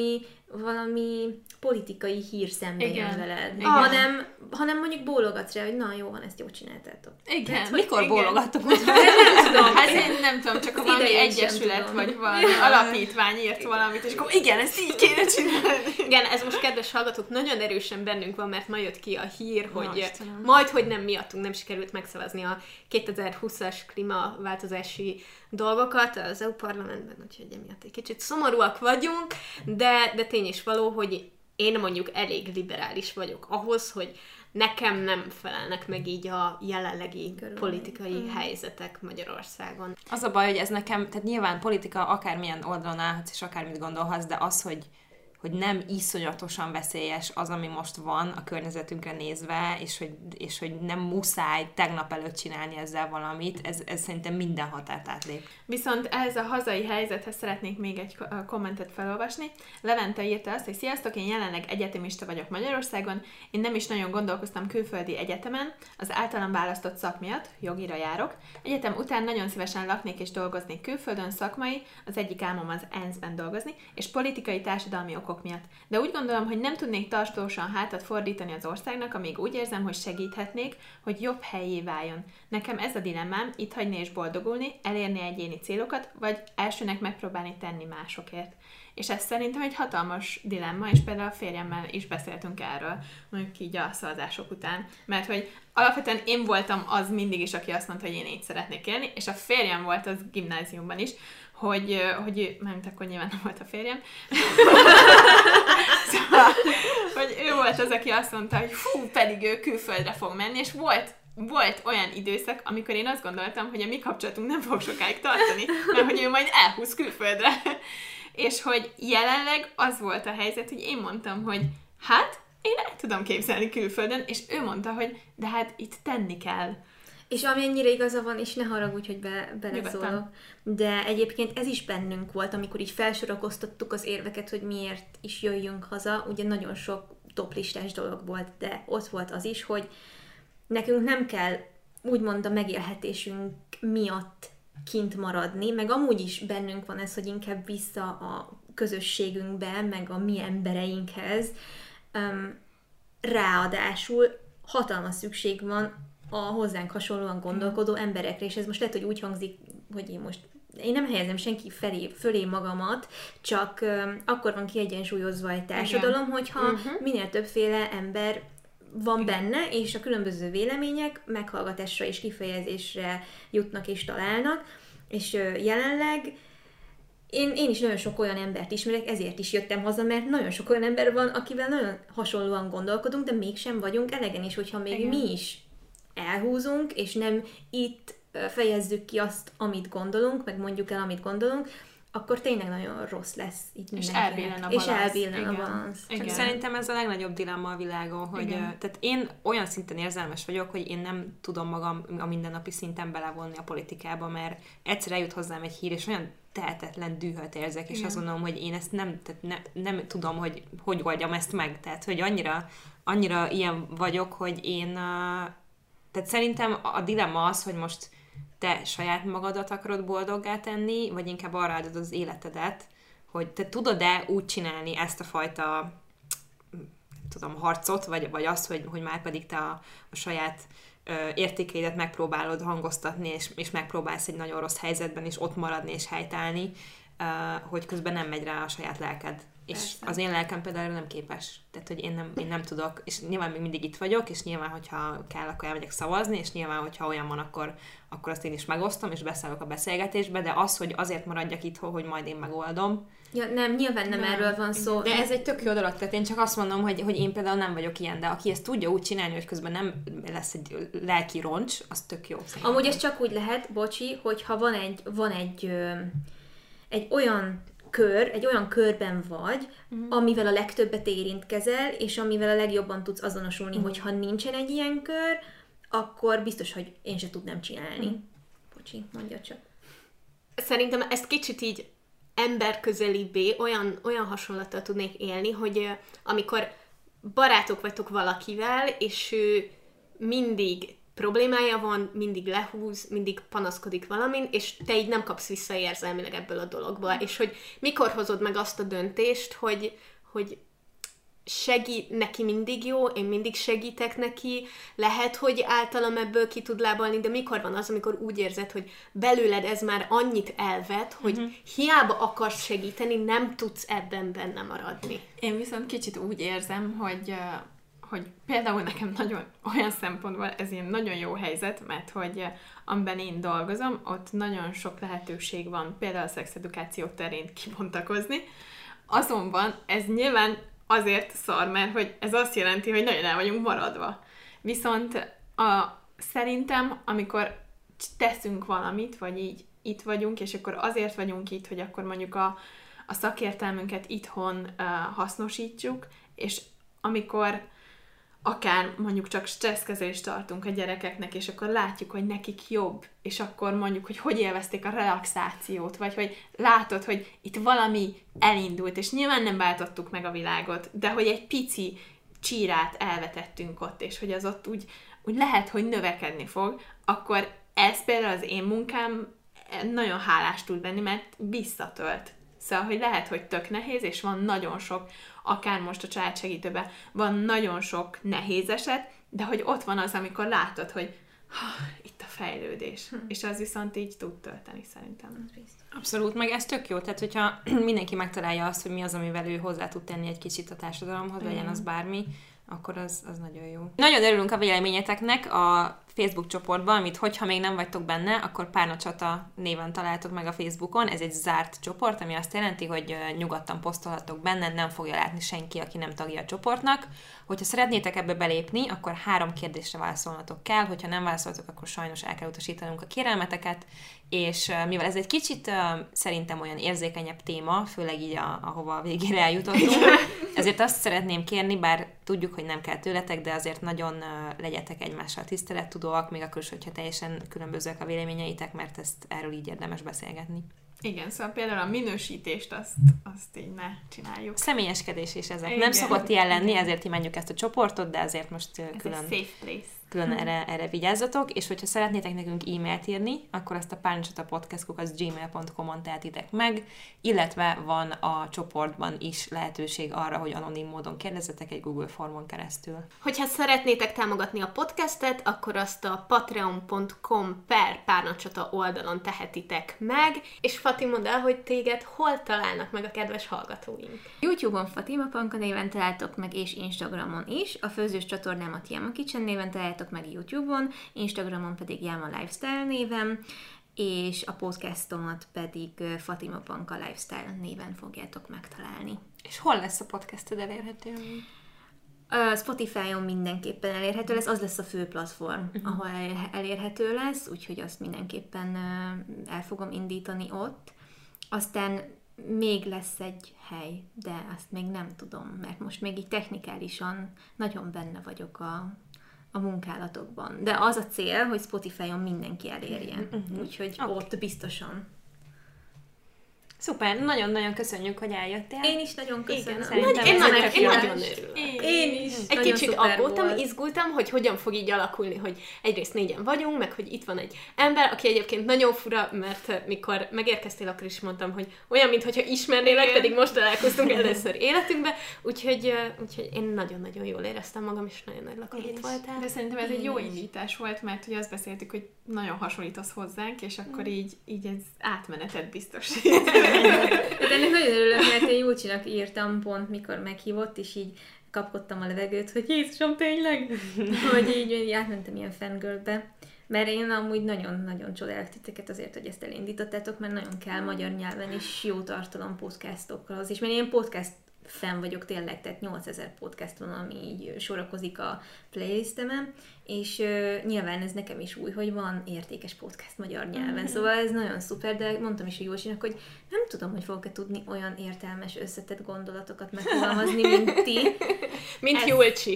valami politikai hír szembe jön veled. Hanem mondjuk bólogatsz rá, hogy na jó van, ezt jól csináltátok. Igen. Hát, mikor bólogattok? Hát én nem tudom, csak valami egyesület, vagy valami alapítvány írt valamit, és akkor igen, ezt így kéne csinálni. Igen, ez most, kedves hallgatók, nagyon erősen bennünk van, mert ma jött ki a hír, hogy hogy nem miattunk nem sikerült megszavazni a 2020-as klímaváltozási dolgokat az EU parlamentben, úgyhogy emiatt egy kicsit szomorúak vagyunk, de tény is való, hogy én mondjuk elég liberális vagyok ahhoz, hogy nekem nem felelnek meg így a jelenlegi politikai helyzetek Magyarországon. Az a baj, hogy ez nekem, tehát nyilván politika akármilyen oldalon állhatsz, és akármit gondolhatsz, de az, hogy nem iszonyatosan veszélyes az, ami most van a környezetünkre nézve, és hogy nem muszáj tegnap előtt csinálni ezzel valamit, ez szerintem minden határt átlép. Viszont ehhez a hazai helyzethez szeretnék még egy kommentet felolvasni. Levente írta azt, hogy sziasztok, én jelenleg egyetemista vagyok Magyarországon, én nem is nagyon gondolkoztam külföldi egyetemen, az általam választott szak miatt, jogira járok. Egyetem után nagyon szívesen laknék és dolgoznék külföldön, szakmai, az egyik álmom az ENSZ-ben dolgozni, és politikai társadalmi okok miatt. De úgy gondolom, hogy nem tudnék tartósan hátat fordítani az országnak, amíg úgy érzem, hogy segíthetnék, hogy jobb helyé váljon. Nekem ez a dilemmám, itt hagyni és boldogulni, elérni egyéni célokat, vagy elsőnek megpróbálni tenni másokért. És ez szerintem egy hatalmas dilemma, és például a férjemmel is beszéltünk erről, mondjuk így a szavazások után. Mert hogy alapvetően én voltam az mindig is, aki azt mondta, hogy én így szeretnék élni, és a férjem volt az gimnáziumban is, hogy mármint akkor nyilván nem volt a férjem. Szóval, hogy ő volt az, aki azt mondta, hogy pedig ő külföldre fog menni, és volt olyan időszak, amikor én azt gondoltam, hogy a mi kapcsolatunk nem fog sokáig tartani, mert hogy ő majd elhúz külföldre. És hogy jelenleg az volt a helyzet, hogy én mondtam, hogy hát én el tudom képzelni külföldön, és ő mondta, hogy de hát itt tenni kell. És amennyire igaza van, és ne haragudj, hogy beleszólok, de egyébként ez is bennünk volt, amikor így felsorakoztattuk az érveket, hogy miért is jöjjünk haza. Ugye nagyon sok toplistás dolog volt, de ott volt az is, hogy nekünk nem kell úgymond a megélhetésünk miatt kint maradni, meg amúgy is bennünk van ez, hogy inkább vissza a közösségünkbe, meg a mi embereinkhez. Ráadásul hatalmas szükség van a hozzánk hasonlóan gondolkodó emberekre, és ez most lehet, hogy úgy hangzik, hogy én nem helyezem senki fölé magamat, csak akkor van kiegyensúlyozva egy társadalom, hogyha minél többféle ember van benne, és a különböző vélemények meghallgatásra és kifejezésre jutnak és találnak, és jelenleg én is nagyon sok olyan embert ismerek, ezért is jöttem haza, mert nagyon sok olyan ember van, akivel nagyon hasonlóan gondolkodunk, de mégsem vagyunk elegen, és hogyha még mi is elhúzunk, és nem itt fejezzük ki azt, amit gondolunk, meg mondjuk el, amit gondolunk, akkor tényleg nagyon rossz lesz itt mindenkinek. És elbillen a balansz. Csak szerintem ez a legnagyobb dilemma a világon, hogy tehát én olyan szinten érzelmes vagyok, hogy én nem tudom magam a mindennapi szinten belevonni a politikába, mert egyszer eljut hozzám egy hír, és olyan tehetetlen dühöt érzek, és azt gondolom, hogy én ezt nem tudom, hogy oldjam ezt meg. Tehát, hogy annyira ilyen vagyok, hogy én... Tehát szerintem a dilemma az, hogy most te saját magadat akarod boldoggá tenni, vagy inkább arra adod az életedet, hogy te tudod-e úgy csinálni ezt a fajta harcot, vagy azt, hogy már pedig te a saját értékeidet megpróbálod hangoztatni, és megpróbálsz egy nagyon rossz helyzetben is ott maradni és helytállni, hogy közben nem megy rá a saját lelked. És az én lelkem például nem képes. Tehát, hogy én nem tudok, és nyilván még mindig itt vagyok, és nyilván, hogyha kell, akkor elmegyek szavazni, és nyilván, hogyha olyan van, akkor azt én is megosztom, és beszállok a beszélgetésbe, de az, hogy azért maradjak itt, hogy majd én megoldom. Ja, nem, nyilván nem erről van szó. De ez egy tök jó dolog, tehát én csak azt mondom, hogy én például nem vagyok ilyen, de aki ezt tudja úgy csinálni, hogy közben nem lesz egy lelki roncs, az tök jó. Szerintem. Amúgy ez csak úgy lehet, bocsi, hogyha van egy olyan egy olyan körben vagy, amivel a legtöbbet érintkezel, és amivel a legjobban tudsz azonosulni, hogyha nincsen egy ilyen kör, akkor biztos, hogy én se tudnám csinálni. Bocsi, mondja csak. Szerintem ezt kicsit így emberközelibbé, olyan hasonlattal tudnék élni, hogy amikor barátok vagytok valakivel, és ő mindig problémája van, mindig lehúz, mindig panaszkodik valamin, és te így nem kapsz vissza érzelmileg ebből a dologból. És hogy mikor hozod meg azt a döntést, hogy neki mindig jó, én mindig segítek neki, lehet, hogy általam ebből ki tud lábalni, de mikor van az, amikor úgy érzed, hogy belőled ez már annyit elvet, hogy hiába akarsz segíteni, nem tudsz ebben benne maradni. Én viszont kicsit úgy érzem, hogy például nekem nagyon olyan szempontból ez ilyen nagyon jó helyzet, mert hogy amiben én dolgozom, ott nagyon sok lehetőség van, például a szexedukáció terén kibontakozni, azonban ez nyilván azért szar, mert hogy ez azt jelenti, hogy nagyon el vagyunk maradva. Viszont szerintem, amikor teszünk valamit, vagy így itt vagyunk, és akkor azért vagyunk itt, hogy akkor mondjuk a szakértelmünket itthon hasznosítjuk, és amikor akár mondjuk csak stresszkezelést tartunk a gyerekeknek, és akkor látjuk, hogy nekik jobb, és akkor mondjuk, hogy élvezték a relaxációt, vagy hogy látod, hogy itt valami elindult, és nyilván nem váltottuk meg a világot, de hogy egy pici csírát elvetettünk ott, és hogy az ott úgy lehet, hogy növekedni fog, akkor ez például az én munkám nagyon hálás tud lenni, mert visszatölt. Szóval, hogy lehet, hogy tök nehéz, és van nagyon sok, akár most a családsegítőben van nagyon sok nehéz eset, de hogy ott van az, amikor látod, hogy itt a fejlődés. És az viszont így tud tölteni szerintem. Abszolút, meg ez tök jó, tehát hogyha mindenki megtalálja azt, hogy mi az, amivel ő hozzá tud tenni egy kicsit a társadalomhoz, legyen az bármi, akkor az nagyon jó. Nagyon örülünk a véleményeteknek a Facebook csoportban, amit hogyha még nem vagytok benne, akkor Párna Csata néven találtok meg a Facebookon. Ez egy zárt csoport, ami azt jelenti, hogy nyugodtan posztolhatok benne, nem fogja látni senki, aki nem tagja a csoportnak. Hogyha szeretnétek ebbe belépni, akkor 3 kérdésre válaszolnatok kell, hogyha nem válaszoltok, akkor sajnos el kell utasítanunk a kérelmeteket, és mivel ez egy kicsit szerintem olyan érzékenyebb téma, főleg így ahova a végére eljutottunk, ezért azt szeretném kérni, bár tudjuk, hogy nem kell tőletek, de azért nagyon legyetek egymással tisztelettudóak, még akkor is, hogyha teljesen különbözőek a véleményeitek, mert erről így érdemes beszélgetni. Igen, szóval például a minősítést azt így ne csináljuk. Személyeskedés is ezek. Igen. Nem szokott ilyen lenni, ezért imádjuk ezt a csoportot, de azért most külön... Ez egy safe place. külön erre vigyázzatok, és hogyha szeretnétek nekünk e-mailt írni, akkor azt a párnacsatapodcast@gmail.com-on tehetitek meg, illetve van a csoportban is lehetőség arra, hogy anonim módon kérdezzetek egy Google formon keresztül. Hogyha szeretnétek támogatni a podcastet, akkor azt a patreon.com/párnacsata oldalon tehetitek meg, és Fati, mondd el, hogy téged hol találnak meg a kedves hallgatóink. YouTube-on Fatima Panka néven találtok meg, és Instagramon is. A főzős csatornámat Yama Kitchen néven találtok meg YouTube-on, Instagramon pedig Yama Lifestyle néven, és a podcastomat pedig Fatima Panka Lifestyle néven fogjátok megtalálni. És hol lesz a podcasted elérhető? Spotify-on mindenképpen elérhető lesz, az lesz a fő platform, ahol elérhető lesz, úgyhogy azt mindenképpen el fogom indítani ott. Aztán még lesz egy hely, de azt még nem tudom, mert most még így technikálisan nagyon benne vagyok a munkálatokban. De az a cél, hogy Spotify-on mindenki elérje, úgyhogy ott biztosan. Szuper, nagyon-nagyon köszönjük, hogy eljöttél. Én is nagyon köszönöm. Én nagyon örülök. Én is. Egy kicsit aggódtam, izgultam, hogy hogyan fog így alakulni, hogy egyrészt 4-en vagyunk, meg hogy itt van egy ember, aki egyébként nagyon fura, mert mikor megérkeztél, akkor is mondtam, hogy olyan, mintha ismernélek, pedig most találkoztunk először életünkbe, úgyhogy én nagyon-nagyon jól éreztem magam, és nagyon örülök, hogy itt voltál. De szerintem ez egy jó indítás volt, mert ugye azt beszéltük, hogy nagyon hasonlítasz hozzánk, és akkor így ez átmenetet biztosít. Hát ennek nagyon örülök, mert én Júcsinak írtam pont, mikor meghívott, és így kapkodtam a levegőt, hogy Jézusom, tényleg? Hogy így átmentem ilyen fangirlbe. Mert én amúgy nagyon-nagyon csodálok titeket azért, hogy ezt elindítottátok, mert nagyon kell magyar nyelven is jó tartalom podcastokhoz. És mert én podcast fan vagyok tényleg, tehát 8000 podcast van, ami így sorakozik a playlistemen, és nyilván ez nekem is új, hogy van értékes podcast magyar nyelven, szóval ez nagyon szuper, de mondtam is a Józsinak, hogy nem tudom, hogy fogok-e tudni olyan értelmes, összetett gondolatokat megfogalmazni, mint ti. Mint Júlcsi.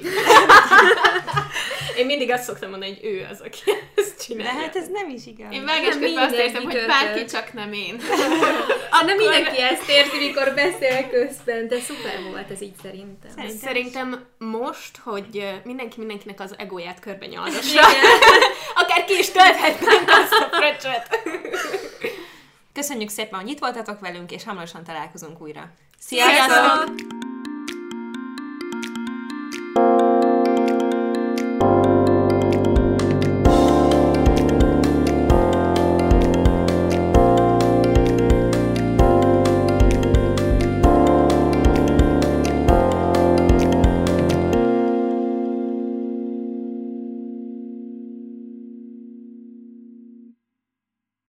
Én mindig azt szoktam mondani, hogy ő az, aki ezt csinálja. De hát ez nem is igaz. Én vágáskodva azt értem, hogy bárki, csak nem én. Nem mindenki ezt érti, mikor beszél közben, de szuper volt ez így szerintem. Szerintem most, hogy mindenkinek az egóját körbe nyaldassa. Akár ki is tölthetnénk azt a fröccsöt. Köszönjük szépen, hogy itt voltatok velünk, és hamarosan találkozunk újra. Sziasztok!